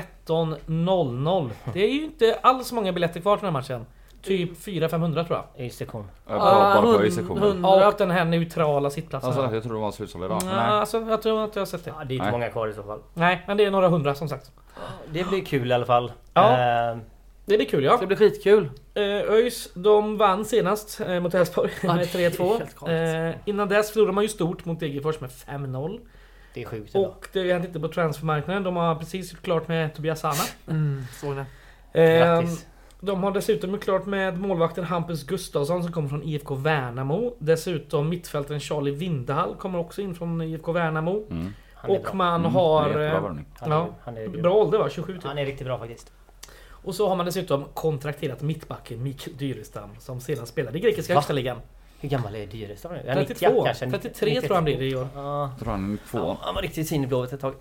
S1: 13:00. Det är ju inte alls många biljetter kvar till den här matchen. Typ 400-500 tror jag.
S4: I sektion.
S2: Bara på i sektion.
S1: Och den här neutrala sittplatsen.
S2: Alltså, jag tror det var en slutsåld idag.
S1: Nej, alltså, jag tror inte jag har sett det.
S4: Ja, det är inte många kvar i så fall.
S1: Nej, men det är några hundra som sagt.
S4: Det blir kul i alla fall.
S1: Ja. Det blir kul, ja.
S3: Det blir skitkul.
S1: ÖIS, de vann senast mot Elfsborg med 3-2. Innan dess förlorade man ju stort mot Degerfors med 5-0.
S4: Det är sjukt.
S1: Och det hänt inte på transfermarknaden. De har precis gjort klart med Tobias Sana.
S3: Såg det.
S4: Grattis.
S1: De har dessutom gjort klart med målvakten Hampus Gustafsson som kommer från IFK Värnamo. Dessutom mittfältaren Charlie Vindehall kommer också in från IFK Värnamo. Och man har... Han är bra ålder va? 27 typ.
S4: Han är riktigt bra faktiskt.
S1: Och så har man dessutom kontrakterat mittbacken Mik Dyrestam som sedan spelade i grekiska högsta ligan.
S4: Hur gammal är Dyrestam nu?
S1: 32, 33 tror han blir det i år.
S4: Han var riktigt fin i Blåvitt ett tag.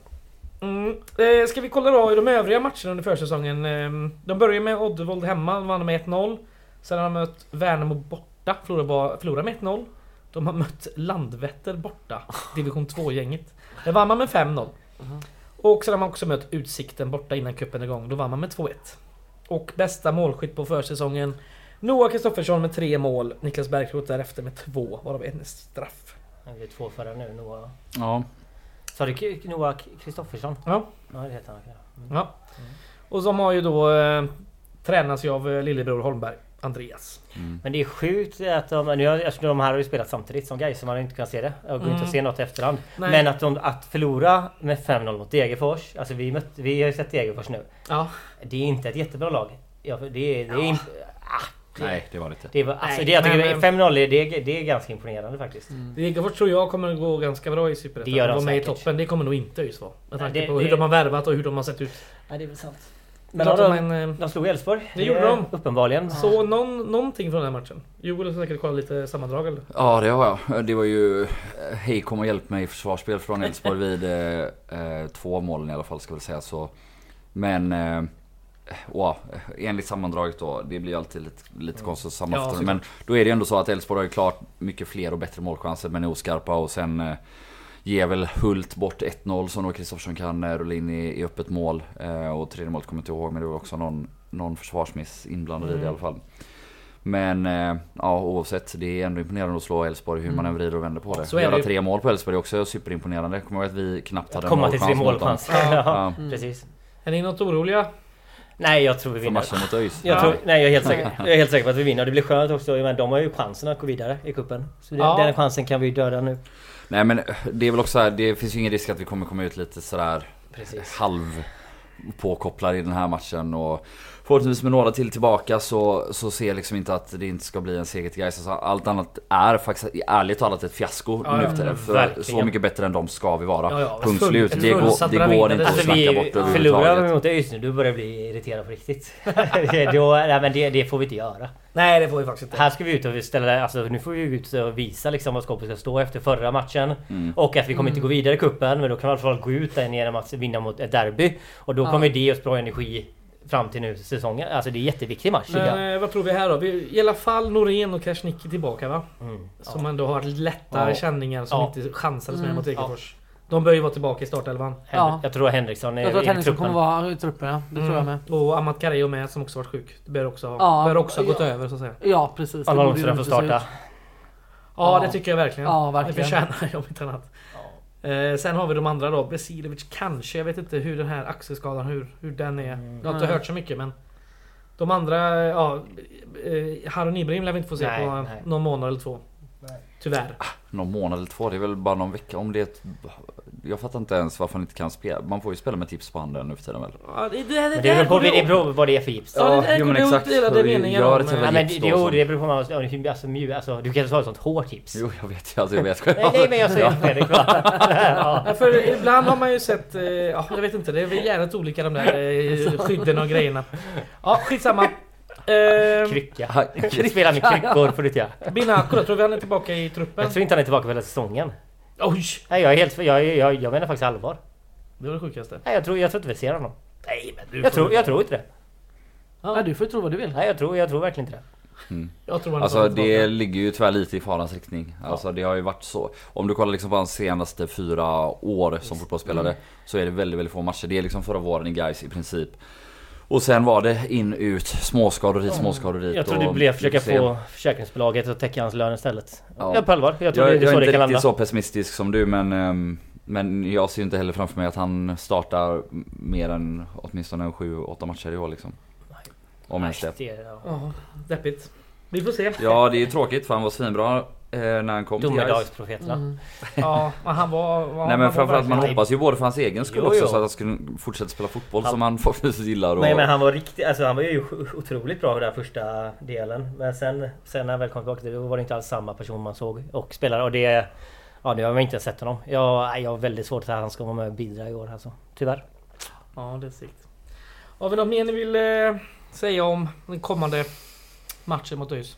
S1: Ska vi kolla då i de övriga matcherna under försäsongen. De börjar med Oddevold hemma, vann med 1-0. Sen har de mött Värnamo borta, förlorar med 1-0. De har mött Landvetter borta, division 2-gänget. Där vann man med 5-0. Och sen har man också mött Utsikten borta innan kuppen igång. Då vann man med 2-1. Och bästa målskytt på försäsongen Noah Kristoffersson med 3 mål. Niklas Bergkrot därefter med 2. Varav en straff.
S4: Det är 2 förra nu, Noah.
S2: Ja.
S4: Sa du Noah Kristoffersson?
S1: Ja.
S4: Ja, det heter han.
S1: Ja. Och som har ju då tränas ju av lillebror Holmberg, Andreas.
S4: Men det är sjukt att de här har ju spelat samtidigt som Gais, så man inte kan se det. Jag går inte att se något efterhand. Nej. Men att förlora med 5-0 mot Degerfors. Alltså vi har ju sett Degerfors nu.
S1: Ja.
S4: Det är inte ett jättebra lag.
S2: Nej, det var lite.
S4: Jag tycker 5-0 det är ganska imponerande faktiskt.
S1: Degerfors tror jag kommer att gå ganska bra i Superettan.
S4: Det gör de
S1: med i toppen. Det kommer nog inte ÖIS vara. Med tanke på hur de har värvat och hur de har sett ut.
S4: Nej, det är väl sant. Men de slog Elfsborg.
S1: Det gjorde de.
S4: Uppenbarligen.
S1: Så någonting från den här matchen. Joel har säkert kollat lite sammandrag eller?
S2: Ja, det har jag. Det var ju hej, kom och hjälp mig i försvarsspel från Elfsborg vid 2 målen i alla fall, ska väl säga så. Men enligt sammandraget då, det blir alltid lite konstigt att sammanfatta. Men då är det ändå så att Elfsborg har ju klart mycket fler och bättre målchanser, men är oskarpa, och sen ger väl Hult bort 1-0 som då Kristoffersson kan rulla in i öppet mål. Och 3:e målet kommer jag inte ihåg, men det var också någon försvarsmiss inblandad i det i alla fall. Men oavsett, det är ändå imponerande att slå Elfsborg hur man än vrider och vänder på det.
S1: Så är
S2: Göra
S1: det.
S2: 3 mål på Elfsborg är också superimponerande. Kommer ihåg att vi knappt hade
S4: Komma till 3
S2: målchans.
S4: målchans. Precis.
S1: Är ni något oroliga?
S4: Nej, jag tror vi
S2: För
S4: vinner.
S2: matchen mot ÖIS.
S4: Jag är helt säker. Jag är helt säker på att vi vinner. Det blir skönt också. Men de har ju chansen att gå vidare i kuppen. Så den chansen kan vi döda nu.
S2: Nej, men det är väl också här, det finns ju ingen risk att vi kommer komma ut lite sådär halv påkopplad i den här matchen, och förhoppningsvis med några till tillbaka så ser jag liksom inte att det inte ska bli en seger till Gais. Alltså, allt annat är faktiskt ärligt talat ett fiasko nu för så mycket bättre än de ska vi vara. Punkt slut. Det går inte att snacka bort överhuvudtaget.
S4: Förlorar vi mot ÖIS nu, du börjar bli irriterad på riktigt. Det får vi inte göra.
S1: Nej, det får vi faktiskt inte.
S4: Här ska vi ut och ställa, alltså nu får vi ut och visa liksom vad skåpet ska stå efter förra matchen. Och att vi kommer inte gå vidare i kuppen, men då kan vi i alla fall gå ut där genom att vinna mot ett derby. Och då kommer det oss bra energi fram till nu säsongen. Alltså det är en jätteviktig match.
S1: Men vad tror vi här då? Vi, i alla fall Norén och Krasniqi tillbaka, va? Som ändå har lättare känningar som inte chansades med mot Degerfors. De bör ju vara tillbaka i startelvan.
S4: Jag tror Henriksson är
S3: Jag tror att Henriksson kommer vara i truppen, ja. Det tror jag med.
S1: Och Amat Karejo med, som också varit sjuk. Det bör också ha gått över, så att säga.
S3: Ja, precis.
S4: Alla Långström får starta.
S1: Ja, det tycker jag verkligen.
S3: Ja, verkligen.
S1: Det förtjänar jag om inte annat. Sen har vi de andra då. Besilevic kanske. Jag vet inte hur den här axelskadan, hur den är. Jag har inte hört så mycket, men de andra, Harun Ibrahim lär vi inte få se på någon månad eller 2. Tyvärr.
S2: Någon månad eller 2, det är väl bara någon vecka. Om det jag fattar inte ens varför man inte kan spela. Man får ju spela med tips på handen nu för tiden väl.
S1: Ja,
S4: det beror på vad det är för gips.
S2: Men exakt.
S1: Det
S4: beror på alltså, du kan inte ha ett sånt hårt gips.
S2: Jo, jag vet. Jag vet.
S4: Nej, men jag säger det klart.
S1: För ibland har man ju sett, jag vet inte, det är väl jävligt olika de där skydden och grejerna. Ja, skitsamma.
S4: Krycka. Spela med kryckor för det.
S1: Binako, jag tror vi han är tillbaka i truppen.
S4: Jag tror inte han är tillbaka för hela säsongen.
S1: Oj!
S4: Nej, jag menar faktiskt allvar.
S1: Det var det sjukaste.
S4: Nej, jag tror inte vi ser honom.
S1: Nej, men du
S4: jag tror inte det.
S3: Ja, du får tro vad du vill.
S4: Nej, jag tror verkligen inte det.
S1: Jag tror
S2: alltså det ligger ju tyvärr lite i farans riktning. Alltså det har ju varit så. Om du kollar liksom på hans senaste 4 år som fotbollsspelare så är det väldigt, väldigt få matcher. Det är liksom förra våren i Gais i princip. Och sen var det in, ut, småskador dit.
S4: Jag tror det blev försöka få försäkringsbolaget att täcka hans lön istället.
S2: Ja.
S4: Jag på allvar. Jag tror
S2: jag
S4: det är så
S2: är
S4: det
S2: inte
S4: kan landa.
S2: riktigt så pessimistisk som du, men jag ser ju inte heller framför mig att han startar mer än åtminstone 7-8 matcher i år liksom. Om ens det.
S1: Ja, deppigt. Vi får se.
S2: Ja, det är tråkigt för han var svinbra när han kom till
S4: Domedagsprofeterna.
S1: Ja, men han var
S2: nej, men framförallt man hoppas ju både för hans egen skull också så att han skulle fortsätta spela fotboll som han förhoppningsvis gillar.
S4: Nej, men han var riktigt, alltså han var ju otroligt bra i den första delen. Men sen när han väl kom tillbaka, då var det inte alls samma person man såg och spelade. Och det har man inte sett honom. Jag har väldigt svårt att han ska vara med och bidra i år alltså. Tyvärr.
S1: Ja, det är sikt. Har vi något mer ni vill säga om den kommande matchen mot ÖIS?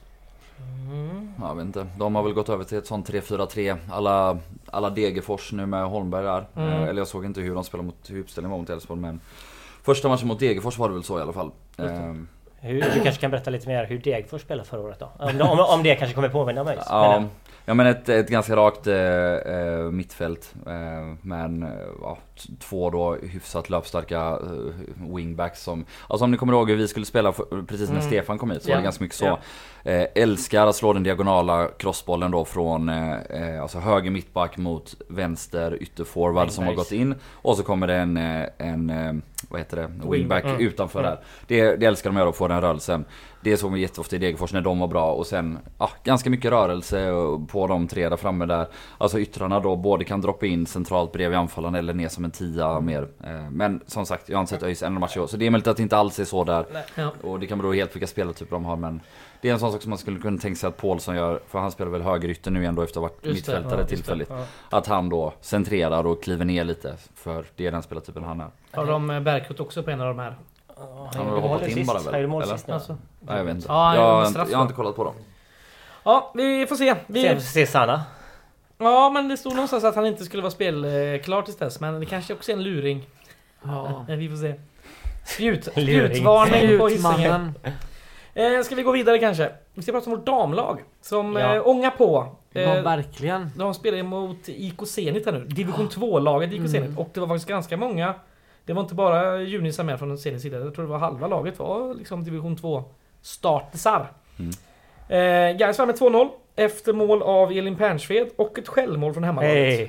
S2: Jag vet inte. De har väl gått över till ett sånt 3-4-3 alla Degerfors nu med Holmberg där. Eller jag såg inte hur de spelade hur uppställningen var mot Elfsborg, men första matchen mot Degerfors var det väl så i alla fall.
S4: Du kanske kan berätta lite mer hur Degerfors spelade förra året då? Om det kanske kommer påminna mig.
S2: Ja, men ett ganska rakt mittfält men 2 då hyfsat löpstarka wingbacks som, alltså om ni kommer ihåg hur vi skulle spela precis när Stefan kom hit så var det ganska mycket så. Älskar att slå den diagonala crossbollen då från alltså höger mittback mot vänster ytterforward som har gått in, och så kommer det en vad heter det, wingback utanför där. Det älskar de att göra, att få den rörelsen. Det såg vi jätteofta i Degerfors när de var bra, och sen ganska mycket rörelse på de 3 där framme där. Alltså yttrarna då både kan droppa in centralt bredvid anfallarna eller ner som en 10 mer. Men som sagt, jag har inte sett ÖIS en match i år, så det är möjligt att det inte alls är så där. Och det kan bero helt vilka spelartyper de har, men det är en sån sak som man skulle kunna tänka sig att Paulsson gör, för han spelar väl högerytter nu ändå efter att ha varit mittfältare tillfälligt. Att han då centrerar och kliver ner lite, för det är den spelartypen han är.
S1: Har de Bergkut också på en av de här?
S2: Han har hoppat in bara väl?
S1: Alltså.
S2: Nej, jag vet inte. Jag har inte kollat på dem.
S1: Ja, vi får se. Vi
S4: se Sanna.
S1: Ja, men det stod någonstans att han inte skulle vara spelklar tills dess, men det kanske också är en luring. Ja, vi får se. Spjutvarning på Hisingen. Ska vi gå vidare kanske? Vi ska prata om vårt damlag som ångar på.
S3: Ja, verkligen.
S1: De spelar mot IK Zenit här nu. Division 2-laget IK Zenit. Och det var faktiskt ganska många. Det var inte bara junisar med från den Zenits sida. Jag tror det var halva laget var liksom Division 2 startsar. Gais var med 2-0 efter mål av Elin Pernsved och ett självmål från hemmalaget.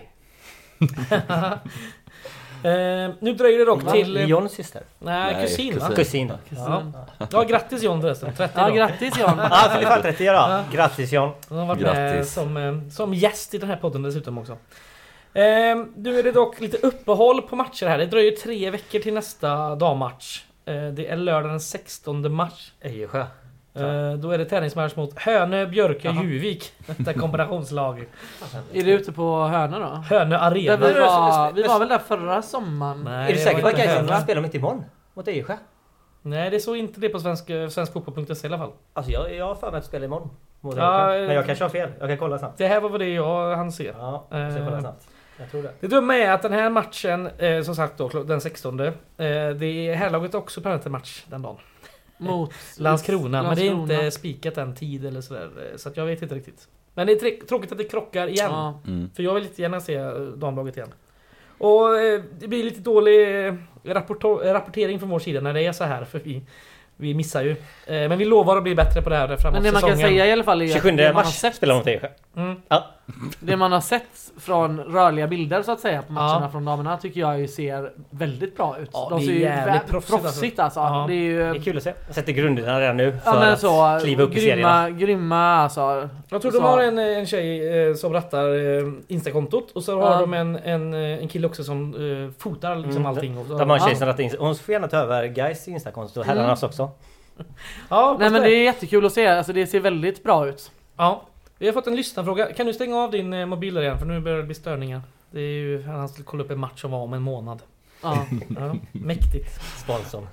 S1: Nu dröjer det dock till...
S4: Johns syster?
S1: Nej, kusin va?
S4: Kusin.
S1: Ja, grattis John förresten. 30
S3: Ja, grattis John.
S4: Ja, fyller fan 30 då. Grattis John.
S1: Han har varit med som gäst i den här podden dessutom också. Nu är det dock lite uppehåll på matcher här. Det dröjer 3 veckor till nästa dammatch. Det är lördag den 16 mars.
S4: Ejesjö.
S1: Då är det träningsmatch mot Hönö, Björke, Juvik. Detta kombinationslag.
S3: Är du ute på Hönö då?
S1: Hönö Arena.
S3: Vi var väl där förra sommaren.
S1: Nej,
S4: Är du säker på att
S1: Hönö.
S4: Gais spelar inte imorgon? Mot Ejesjö?
S1: Nej, det såg inte det på svenskfotboll.se i alla fall.
S4: Alltså jag har för mig att spela imorgon. Mot
S1: Ja,
S4: Ejesjö. Men jag kanske har fel. Jag kan kolla snabbt.
S1: Det här var vad det han ser.
S4: Ja, jag ska kolla snabbt. Jag tror det.
S1: Det dumma är att den här matchen, som sagt då, den 16. Det är herrlaget också planerat en match den dagen.
S3: Mot
S1: Landskrona, men det är inte spikat en tid eller sådär. Så att jag vet inte riktigt. Men det är tråkigt att det krockar igen.
S3: Ja.
S1: För jag vill lite gärna se damlaget igen. Och det blir lite dålig rapportering från vår sida när det är så här. För vi missar ju. Men vi lovar att bli bättre på det här framåt
S3: Men det man
S1: säsongen.
S3: kan säga i alla fall är
S4: 27
S3: att det man har
S4: mars
S3: sett,
S4: spelar mot Ejesjö.
S3: det man har sett från rörliga bilder så att säga på matcherna från damerna tycker jag ju ser väldigt bra ut.
S1: Ja,
S3: De
S1: det är
S3: ser ju
S1: jävligt
S3: proffsigt alltså.
S1: Ja.
S3: Det är ju
S4: Det är kul att se. Jag sätter grunderna redan nu
S3: ja,
S4: för
S3: men
S4: att
S3: så,
S4: kliva upp i serierna.
S3: grymma alltså.
S1: Jag tror de har en tjej som rattar Instakontot. Och så har de en kille också som fotar liksom allting. Och
S4: De har en tjej som rattar in. Hon får gärna ta över Gais Instakonto och herrarnas också.
S1: Ja,
S3: Nej men det är jättekul att se. Alltså det ser väldigt bra ut.
S1: Ja, vi har fått en lyssnarfråga. Kan du stänga av din mobil där igen? För nu börjar det bli störningar. Det är ju, han skulle kolla upp en match som var om en månad.
S3: Ja.
S1: Ja, mäktigt.
S4: Sponsorn.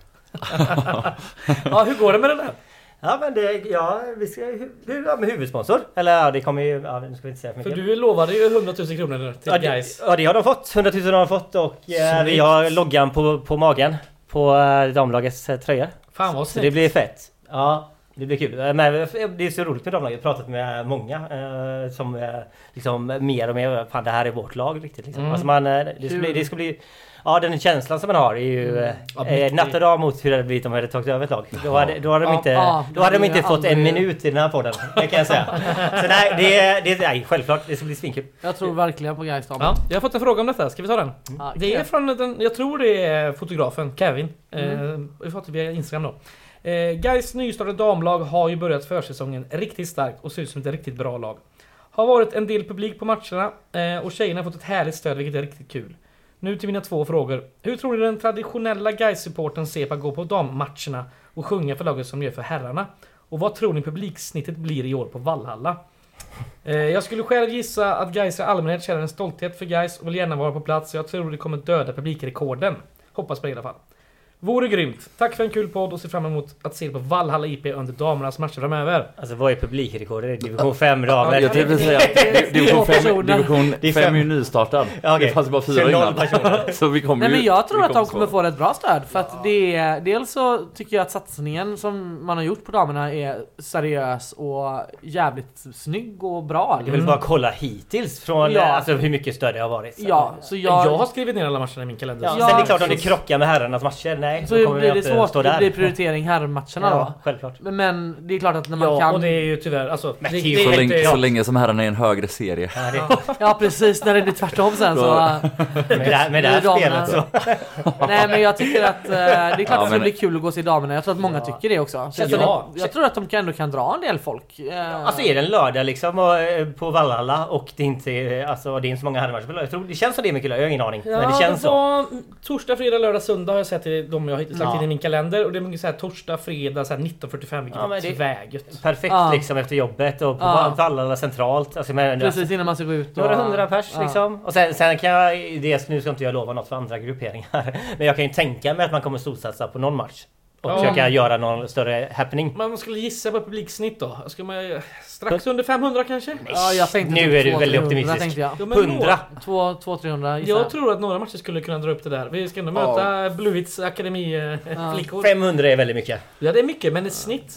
S1: Ja, hur går det med den där?
S4: Ja men det, vi ska med huvudsponsor. Eller det kommer ju, nu ska vi inte säga för
S1: För
S4: mycket.
S1: du lovade ju 100 000 kronor nu till Gais.
S4: Ja det har de fått, 100 000 har de fått och vi har loggan på magen på damlagets tröjor.
S1: Fan vad
S4: Så
S1: snyggt.
S4: det blir fett. Ja, det blir kul. Men det är så roligt med damlaget. Jag har pratat med många som liksom mer och mer, fan det här är vårt lag riktigt liksom. Alltså det ska bli ja, den känslan som man har är ju natt och dag mot hur det hade blivit om de hade tagit över ett lag. Då hade de inte fått en minut i den här podden, det kan jag säga. Så nej, självklart, det ska bli svinkul.
S3: Jag tror verkligen på Gais damer.
S1: Ja, jag har fått en fråga om detta, ska vi ta den?
S3: Ja,
S1: Det är från den, jag tror det är fotografen Kevin. Vi har fått det via Instagram då. Gais nystartade damlag har ju börjat försäsongen riktigt starkt och ser ut som ett riktigt bra lag. Har varit en del publik på matcherna och tjejerna har fått ett härligt stöd, vilket är riktigt kul. Nu till mina 2 frågor. Hur tror ni den traditionella Gais-supporten ser på att gå på dammatcherna och sjunga för laget som de gör för herrarna? Och vad tror ni publiksnittet blir i år på Valhalla? Jag skulle själv gissa att Gais i allmänhet känner en stolthet för Gais och vill gärna vara på plats. Jag tror det kommer döda publikrekorden. Hoppas på det i alla fall. Vore grymt. Tack för en kul podd och ser fram emot att se på Valhalla IP under damernas matcher framöver.
S4: Alltså vad är publikrekordet? Det är division 5 damer.
S2: Jag tänkte säga att division 5 är ju nystartad.
S4: Ja, okay.
S2: Det fanns bara 4 innan. Så vi kommer
S3: Nej
S2: ju,
S3: men jag tror att de kommer
S2: få
S3: få ett bra stöd. För att det är, dels så tycker jag att satsningen som man har gjort på damerna är seriös och jävligt snygg och bra.
S4: Jag vill bara kolla hittills från alltså, hur mycket stöd det har varit.
S3: Ja, så
S1: jag har skrivit ner alla matcherna i min kalender.
S4: Ja, sen är det klart om det krockar med herrarnas matcher. Nej,
S3: så blir det svårt. Det blir prioritering herrmatcherna då.
S4: Självklart.
S3: Men det är klart att när man kan...
S1: och det är ju tyvärr alltså,
S2: så länge som herrarna är en högre serie.
S3: Ja precis, när det är tvärtom sen så...
S4: med det här spelet så...
S3: Nej men jag tycker att det är klart att det blir kul att gå och se damerna. Jag tror att många tycker det också. Så jag tror att de ändå kan dra en del folk.
S4: Alltså är det en lördag liksom på Valhalla och det är inte alltså det är inte så många herrmatcher. Jag tror det känns som det är mycket, jag har ingen aning. Men det känns så.
S1: Torsdag, fredag, lördag, söndag har jag sett de jag har hittills lagt in i min kalender. Och det är mycket så här torsdag, fredag, så här 19:45, vilket är tväget.
S4: Perfekt liksom efter jobbet och på Valhalla centralt. Alltså,
S3: precis innan man ska gå ut.
S4: Några 100 pers liksom. Och sen kan jag, nu ska inte jag lova något för andra grupperingar. Men jag kan ju tänka mig att man kommer storsatsa på någon match. Och försöka göra någon större happening.
S1: Man skulle gissa på publiksnitt då. Ska man strax under 500 kanske?
S3: Ja, jag tänkte
S4: nu är du väldigt optimistisk.
S1: 100.
S3: 200-300.
S1: Jag tror att några matcher skulle kunna dra upp det där. Vi ska ändå möta Bluits akademi-flickor.
S4: 500 är väldigt mycket.
S1: Ja, det är mycket, men ett snitt.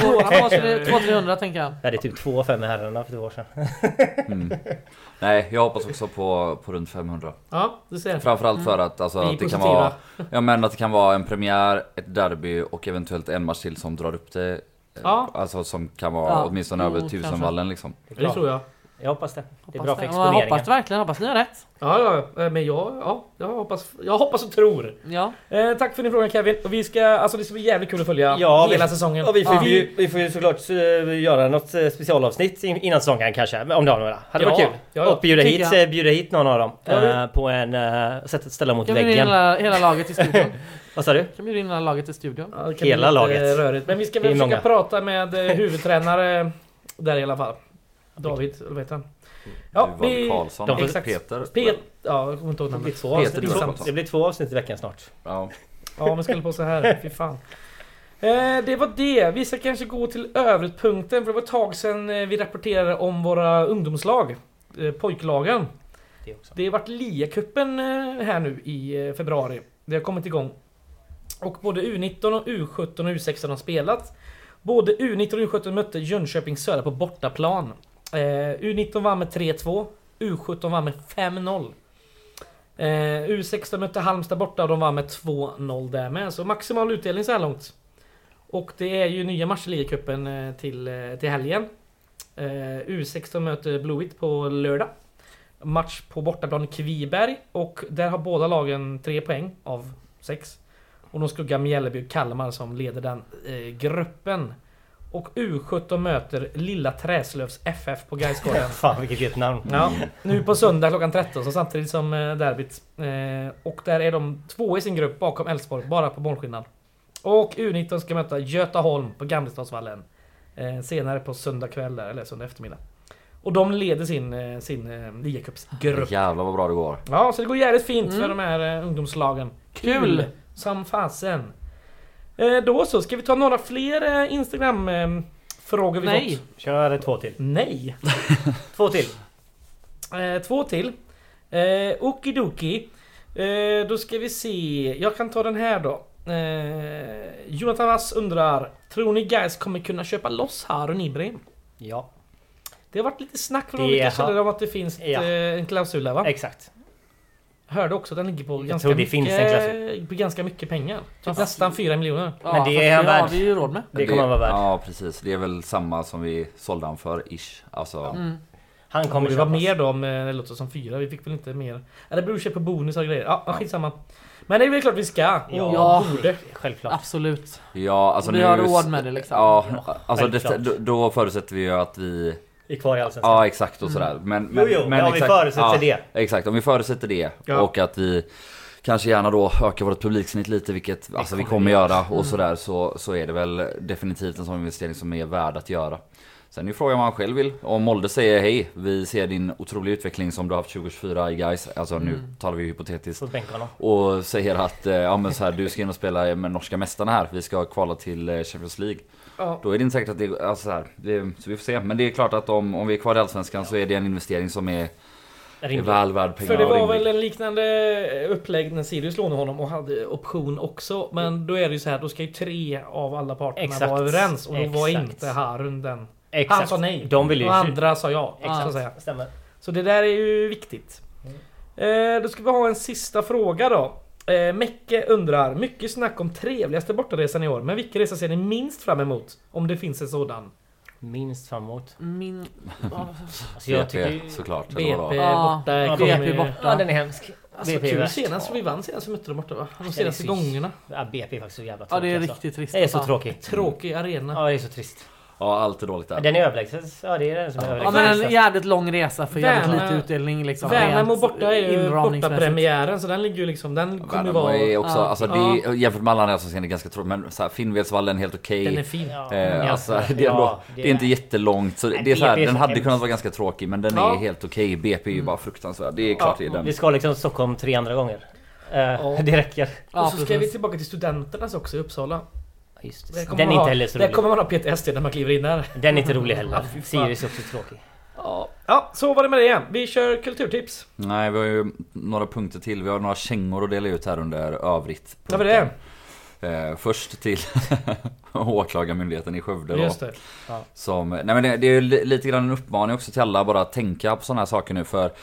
S3: 200-300 tänker jag.
S4: Ja, det är typ 2-5 med herrarna för 2 år sedan.
S2: Nej, jag hoppas också på runt 500.
S1: Ja, du ser.
S2: Framförallt för att, alltså, att det kan vara, att det kan vara en premiär, ett derby och eventuellt en match till som drar upp det Alltså som kan vara åtminstone över 1000-vallen liksom.
S1: Det tror jag.
S4: Jag hoppas det. Det är bra för
S3: Jag
S4: exponeringen.
S3: hoppas verkligen, hoppas ni har rätt.
S1: Ja, men jag hoppas och tror.
S3: Ja.
S1: Tack för din fråga Kevin. Och vi ska, alltså det ska bli jävligt kul att följa hela säsongen.
S4: Och vi får ju såklart göra något specialavsnitt innan säsongen kanske. Om det har några. Hade varit kul.
S1: Ja.
S4: Och bjuda hit någon av dem. På en sätt att ställa mot väggen.
S3: Hela laget i studion.
S4: Vad sa du?
S3: Kan bjuda in hela laget i studion.
S1: Ja, det kan
S4: Hela
S1: bli lite
S4: laget.
S1: Rörigt. Men vi ska väl försöka prata med huvudtränare där i alla fall. David, eller vet han? Ja,
S2: Karlsson,
S1: exakt.
S2: Peter.
S1: Ja, jag kommer inte ihåg namnet.
S4: Det blir 2 avsnitt i veckan snart.
S2: Ja,
S1: men skulle på så här. Fy fan. Det var det. Vi ska kanske gå till övrigt punkten. För det var ett tag sedan vi rapporterade om våra ungdomslag. Pojklagen. Det har varit LIA-cupen här nu i februari. Det har kommit igång. Och både U19 och U17 och U16 har spelat. Både U19 och U17 mötte Jönköping Södra på bortaplan. U19 vann med 3-2. U17 vann med 5-0. U16 mötte Halmstad borta och de vann med 2-0 där med. Så maximal utdelning så här långt. Och det är ju nya matcher i Liga-cupen till helgen. U16 möter Blåvitt på lördag. Match på bortaplan i Kviberg. Och där har båda lagen 3 poäng av 6. Och de skuggar Mjällby och Kalmar som leder den gruppen. Och U17 möter Lilla Träslövs FF på Gaisgården.
S4: Fan vilket gött namn.
S1: Ja, nu på söndag klockan 13 så samtidigt som derbyt. Och där är de 2 i sin grupp bakom Elfsborg, bara på målskillnad. Och U19 ska möta Götaholm på Gamlestadsvallen senare på söndag kväll där, eller söndag eftermiddag. Och de leder sin Liga-cupsgrupp.
S2: Jävlar vad bra det går.
S1: Ja, så det går jävligt fint för de här ungdomslagen. Kul! Som fasen. Då så, ska vi ta några fler Instagram-frågor vi
S3: Nej.
S1: fått?
S4: Kör 2 till.
S1: Nej.
S4: 2 till.
S1: 2 till. Okidoki. Då ska vi se. Jag kan ta den här då. Jonathan Vass undrar: tror ni guys kommer kunna köpa loss Harun Ibrahim?
S4: Ja.
S1: Det har varit lite snack från olika källor om att det finns en klausul där, va?
S4: Exakt.
S1: Hörde också att den ligger på ganska mycket pengar. Typ nästan 4 miljoner.
S3: Ja,
S4: men det är han värd.
S3: Vi ju råd med.
S4: Det kommer han vara värd.
S2: Ja, precis. Det är väl samma som vi sålde han för, ish. Alltså...
S4: Han kommer
S1: det var mer då, men det låter som 4. Vi fick väl inte mer. Det beror sig på bonus och grejer. Ja, skitsamma. Men det är väl klart vi ska.
S3: Ja,
S1: borde.
S4: Självklart.
S3: Absolut.
S2: Ja, alltså
S3: vi har råd med det liksom.
S2: Ja, alltså då förutsätter vi ju att vi
S4: är kvar i Allsvenskan.
S2: Ja, exakt och sådär. Men
S4: om vi förutsätter det.
S2: Exakt, om vi förutsätter det och att vi kanske gärna då ökar vårt publiksnitt lite, vilket alltså vi kommer göra och sådär, så är det väl definitivt en sån investering som är värd att göra. Sen är ju frågan vad han själv vill. Om Molde säger hej, vi ser din otroliga utveckling som du har haft 2024 i guys. Alltså nu talar vi hypotetiskt. Och säger att men så här, du ska in och spela med norska mästarna här. Vi ska kvala till Champions League. Då är det inte säkert att det alltså så här, så vi får se. Men det är klart att om vi är kvar i Allsvenskan så är det en investering som är väl värd pengar.
S1: För det var väl en liknande upplägg när Sirius lånade honom och hade option också. Men då är det ju så här, då ska ju 3 av alla parterna vara överens. Och då var inte Harun den.
S4: Exakt.
S1: Han sa nej.
S4: De vill ju
S1: och andra sa ja.
S4: Exakt. Stämmer.
S1: Så det där är ju viktigt. Då ska vi ha en sista fråga då. Mecke undrar: mycket snack om trevligaste bortaresan i år, men vilken resa ser ni minst fram emot? Om det finns en sådan.
S4: Minst framåt.
S2: Alltså jag tycker såklart
S1: BP borta.
S3: BP borta.
S4: Ja, den är hemsk.
S1: Alltså kul senast vi vann senast vi mötte dem borta, va? De senaste gångerna.
S4: Ja, BP är faktiskt så jävla
S3: Ja,
S4: tråkigt.
S3: det är riktigt trist.
S4: Det är så tråkigt.
S1: Tråkig arena.
S4: Ja, det är så trist.
S2: Ja, allt är dåligt där.
S4: Den är överlägset. Ja, det är den som är överlägset.
S3: Ja, men en jävligt lång resa för jävligt lite utdelning liksom.
S1: Värnamo borta är ju borta premiären, så den ligger ju liksom, den kommer ju vara
S2: är också, alltså det jämfört med alla andra som ser det ganska tråkigt, men så här, Finnvedsvallen är helt okej.
S1: Den är fin.
S2: Alltså det är ändå, det är inte jättelångt, så det är så här, den hade kunnat vara ganska tråkig, men den är helt okej. BP är ju bara fruktansvärd. Det är klart det är den.
S4: Vi ska liksom Stockholm 3 andra gånger. Det räcker.
S1: Och så ska vi tillbaka till studenternas också i Uppsala.
S4: Den är inte heller så rolig.
S1: Där kommer man ha PTSD när man kliver in där.
S4: Den är inte rolig heller. Sirius är också tråkig.
S1: Ja, så var det med det igen. Vi kör kulturtips.
S2: Nej, vi har ju några punkter till. Vi har några kängor att dela ut här under övrigt.
S1: Ja, vad är
S2: det? Först till åklagarmyndigheten i Skövde då.
S1: Just det.
S2: Som, nej men det är ju lite grann en uppmaning också till alla, bara att tänka på sådana här saker nu, för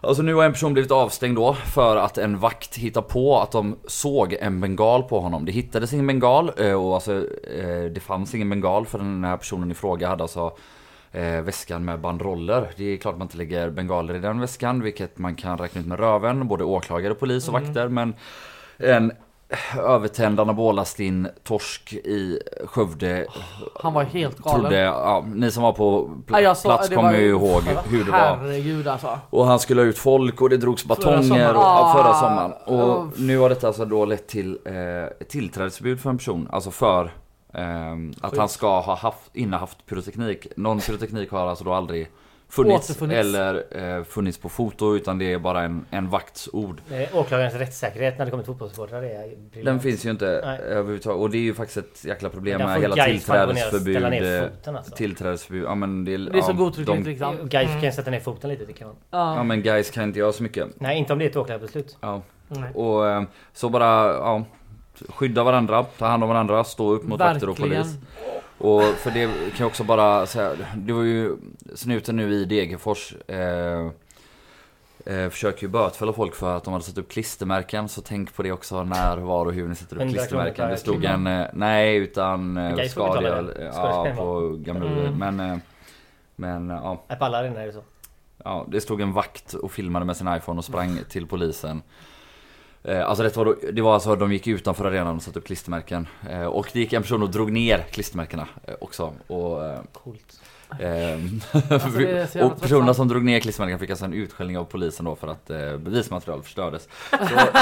S2: Alltså nu har en person blivit avstängd då för att en vakt hittade på att de såg en bengal på honom. Det hittades ingen bengal och alltså det fanns ingen bengal för den här personen i fråga hade alltså väskan med bandroller. Det är klart man inte lägger bengaler i den väskan, vilket man kan räkna ut med röven, både åklagare, polis och vakter, men en övertänd anabolastinn torsk i Skövde.
S3: Han var helt galen.
S2: Trodde, ni som var på plats kommer ju ihåg hur det var.
S3: Herregud alltså.
S2: Och han skulle ha ut folk och det drogs batonger förra sommaren. Och nu har detta alltså då lett till ett tillträdesförbud för en person. Alltså för att han ska ha innehaft pyroteknik. Någon pyroteknik har alltså då aldrig funnits eller funnits på foto, utan det är bara en vakts ord.
S4: Åklagarens rättssäkerhet när det kommer till fotbollsupportrar är briljant. Den
S2: finns ju inte överhuvudtaget, och det är ju faktiskt ett jäkla problem med hela tillträdesförbud. Ja, men det är
S3: så godtryckligt liksom.
S4: Guys kan sätta ner foten lite, det kan man.
S2: Ja, men guys kan inte göra så mycket.
S4: Nej, inte om det är ett åklagarbeslut.
S2: Ja. Och så bara skydda varandra, ta hand om varandra, stå upp mot vakter och polis. Och för det kan jag också bara säga, det var ju snuten nu i Degerfors försöker ju bötfälla folk för att de hade satt upp klistermärken, så tänk på det också när, var och hur ni sätter upp klistermärken. Det stod skadegöl på gamla men ja.
S4: På alla arenor är det så.
S2: Ja, det stod en vakt och filmade med sin iPhone och sprang till polisen. Alltså det var alltså, de gick utanför arenan och satte upp klistermärken. Och det gick en person och drog ner klistermärkena också. Och,
S4: coolt.
S2: Och personerna som drog ner klistermärken fick alltså en utskällning av polisen då för att bevismaterial förstördes. Så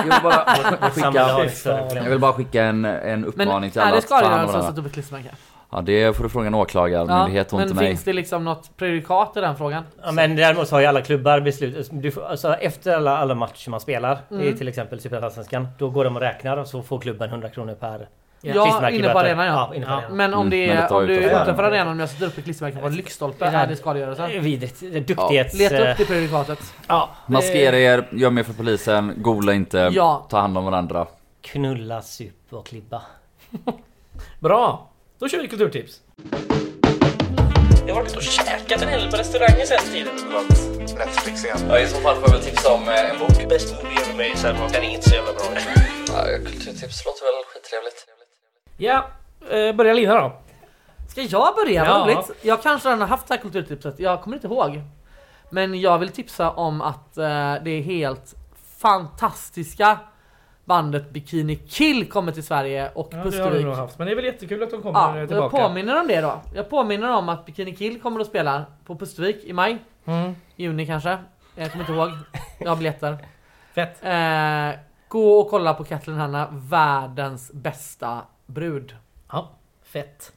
S2: jag vill bara skicka en uppmaning till alla.
S3: Men är det skadegörelse som sätter upp ett klistermärke?
S2: Ja, det får du fråga en åklagarmyndighet och inte mig.
S3: Men finns det liksom något prejudikat i den frågan?
S4: Ja, men däremot så har ju alla klubbar beslut. Alltså efter alla matcher man spelar, i till exempel Superallsvenskan, då går de och räknar och så får klubben 100 kronor per
S3: inne på arenan,
S4: ja.
S3: Men om du är utanför arenan, om jag sätter upp ett klistermärke på en lyktstolpe, är det skadegörelse?
S4: Vidrigt. Duktighets...
S3: Leta upp det prejudikatet.
S2: Maskera er, gör mer för polisen, gola inte, ta hand om varandra.
S4: Knulla, sup och klibba.
S1: Bra! Då kör vi kulturtips. Jag har varit och käkat en hel på restaurangen sen tiden.
S5: Netflix igen.
S2: Ja, i så fall får jag väl tipsa om en bok.
S5: Bäst movie med mig sen, den är inte så jävla bra.
S2: Kulturtips låter väl skittrevligt.
S1: Ja, börja Lina då.
S3: Ska jag börja? Ja. Jag kanske redan har haft det här kulturtipset. Jag kommer inte ihåg. Men jag vill tipsa om att det är helt fantastiska bandet Bikini Kill kommer till Sverige och Pustervik.
S1: Men det är väl jättekul att de kommer tillbaka.
S3: Jag påminner om det då. Jag påminner om att Bikini Kill kommer att spela på Pustervik i maj. Juni kanske. Jag kommer inte ihåg. Jag har biljetter.
S1: Fett.
S3: Gå och kolla på Katlin Hanna, världens bästa brud.
S1: Ja, fett.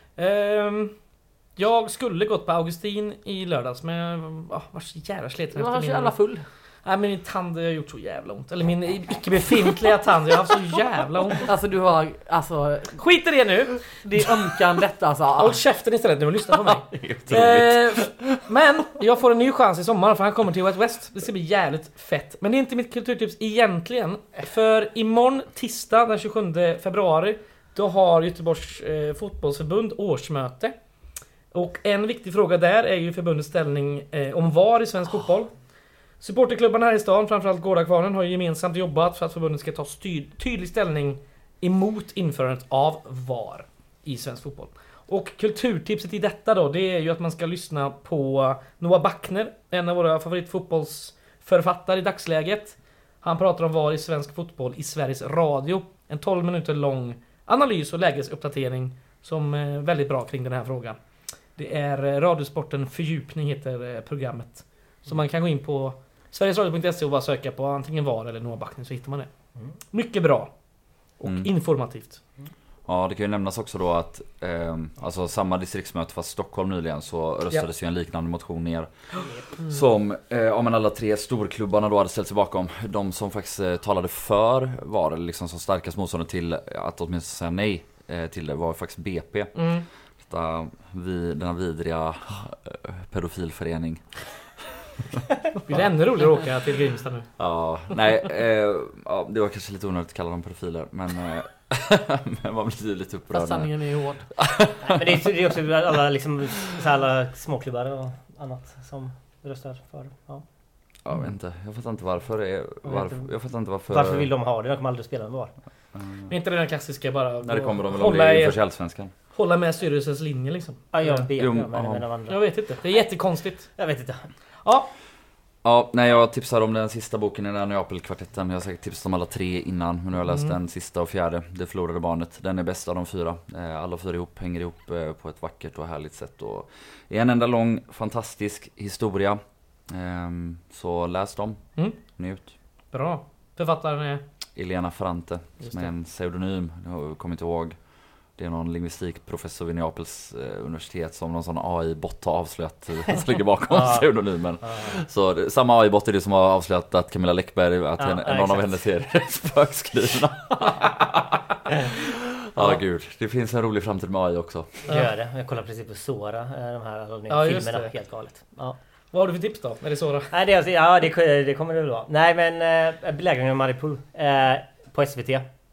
S1: Jag skulle gått på Augustin i lördags, men jag var så jävla sliten.
S3: Jag var så jävla full.
S1: Nej, men min tand har gjort så jävla ont. Eller min icke-befintliga tand, jag har haft så jävla ont.
S3: Alltså du har,
S1: skit i det nu.
S3: Det är ömkandet alltså.
S1: Håll käften istället nu och lyssna på mig. Men jag får en ny chans i sommar, för han kommer till West. Det ska bli jävligt fett. Men det är inte mitt kulturtips egentligen. För imorgon, tisdag den 27 februari, då har Göteborgs fotbollsförbund årsmöte. Och en viktig fråga där är ju förbundets ställning om VAR i svensk fotboll. Supporterklubbarna här i stan, framförallt Gårdakvarnen, har gemensamt jobbat för att förbundet ska ta tydlig ställning emot införandet av VAR i svensk fotboll. Och kulturtipset i detta då, det är ju att man ska lyssna på Noah Backner, en av våra favoritfotbollsförfattare i dagsläget. Han pratar om VAR i svensk fotboll i Sveriges Radio. En 12 minuter lång analys och lägesuppdatering som är väldigt bra kring den här frågan. Det är Radiosporten Fördjupning heter programmet. Så man kan gå in på sverigesradio.se och bara söka på antingen VAR eller Noah Backner, så hittar man det. Mycket bra och informativt.
S2: Ja, det kan ju nämnas också då att alltså samma distriktsmöte fast Stockholm nyligen så röstades ju en liknande motion ner som om alla tre storklubbarna då hade ställt sig bakom. De som faktiskt talade för VAR, eller liksom som starkast motståndare till att åtminstone säga nej till det, var faktiskt BP. Denna vidriga pedofilförening.
S1: Det är ännu roligare att åka till Grimstad nu.
S2: Ja, nej, det var kanske lite onödigt att kalla dem pedofiler, men man blir lite upprörd.
S3: Fast sanningen är hård.
S4: Men det är också alla, liksom, alla småklubbar och annat som röstar för.
S2: Jag vet inte. Jag fattar inte varför. Jag fattar inte varför.
S4: Varför vill de ha det? De kommer aldrig spela med VAR.
S1: Det är inte den klassiska bara...
S2: När det kommer de väl om det är för Allsvenskan.
S1: Hålla med styrelsens linje liksom.
S4: Ja, jag
S1: vet inte. Det är jättekonstigt.
S4: Jag vet inte.
S1: Ja.
S2: Ja, nej, jag tipsar om den sista boken i den Neapel-kvartetten. Jag har säkert tipsat om alla 3 innan, men nu har jag läst den sista och 4, Det förlorade barnet. Den är bäst av de 4. Alla 4 hänger ihop på ett vackert och härligt sätt. Och är en enda lång, fantastisk historia. Så läs dem. Njut.
S1: Bra. Författaren är...
S2: Elena Ferrante, som är en pseudonym. Jag har kommit ihåg. Det är någon lingvistikprofessor vid Neapels universitet som någon sån AI-bot har avslöjat som ligger bakom pseudonymen. Så samma AI-bot är det som har avslöjat att Camilla Läckberg, att någon av hennes serier spökskrivna. Gud. Det finns en rolig framtid med AI också.
S4: Gör det. Jag kollar precis på Sora, de här filmerna. Helt galet. Ja.
S1: Vad har du för tips då? Är det Sora?
S4: Nej, det kommer det väl vara. Nej, men belägringen av Mariupol på SVT.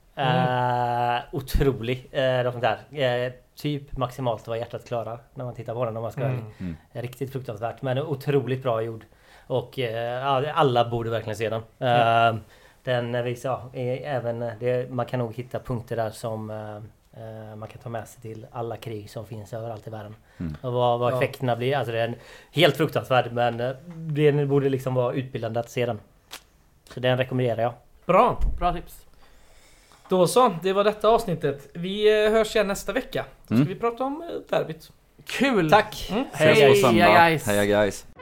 S4: Otrolig dokumentär. Typ maximalt vad hjärtat klarar när man tittar på den, om man ska riktigt fruktansvärt, men otroligt bra gjord. Och alla borde verkligen se den. Den visar även man kan nog hitta punkter där som man kan ta med sig till alla krig som finns överallt i världen. Och vad effekterna blir. Alltså det är helt fruktansvärt, men det borde liksom vara utbildande att se den. Så den rekommenderar jag.
S1: Bra tips. Då så, det var detta avsnittet. Vi hörs igen nästa vecka. Så ska vi prata om derbyt.
S3: Kul!
S4: Tack!
S2: Ses på söndag. Heja guys!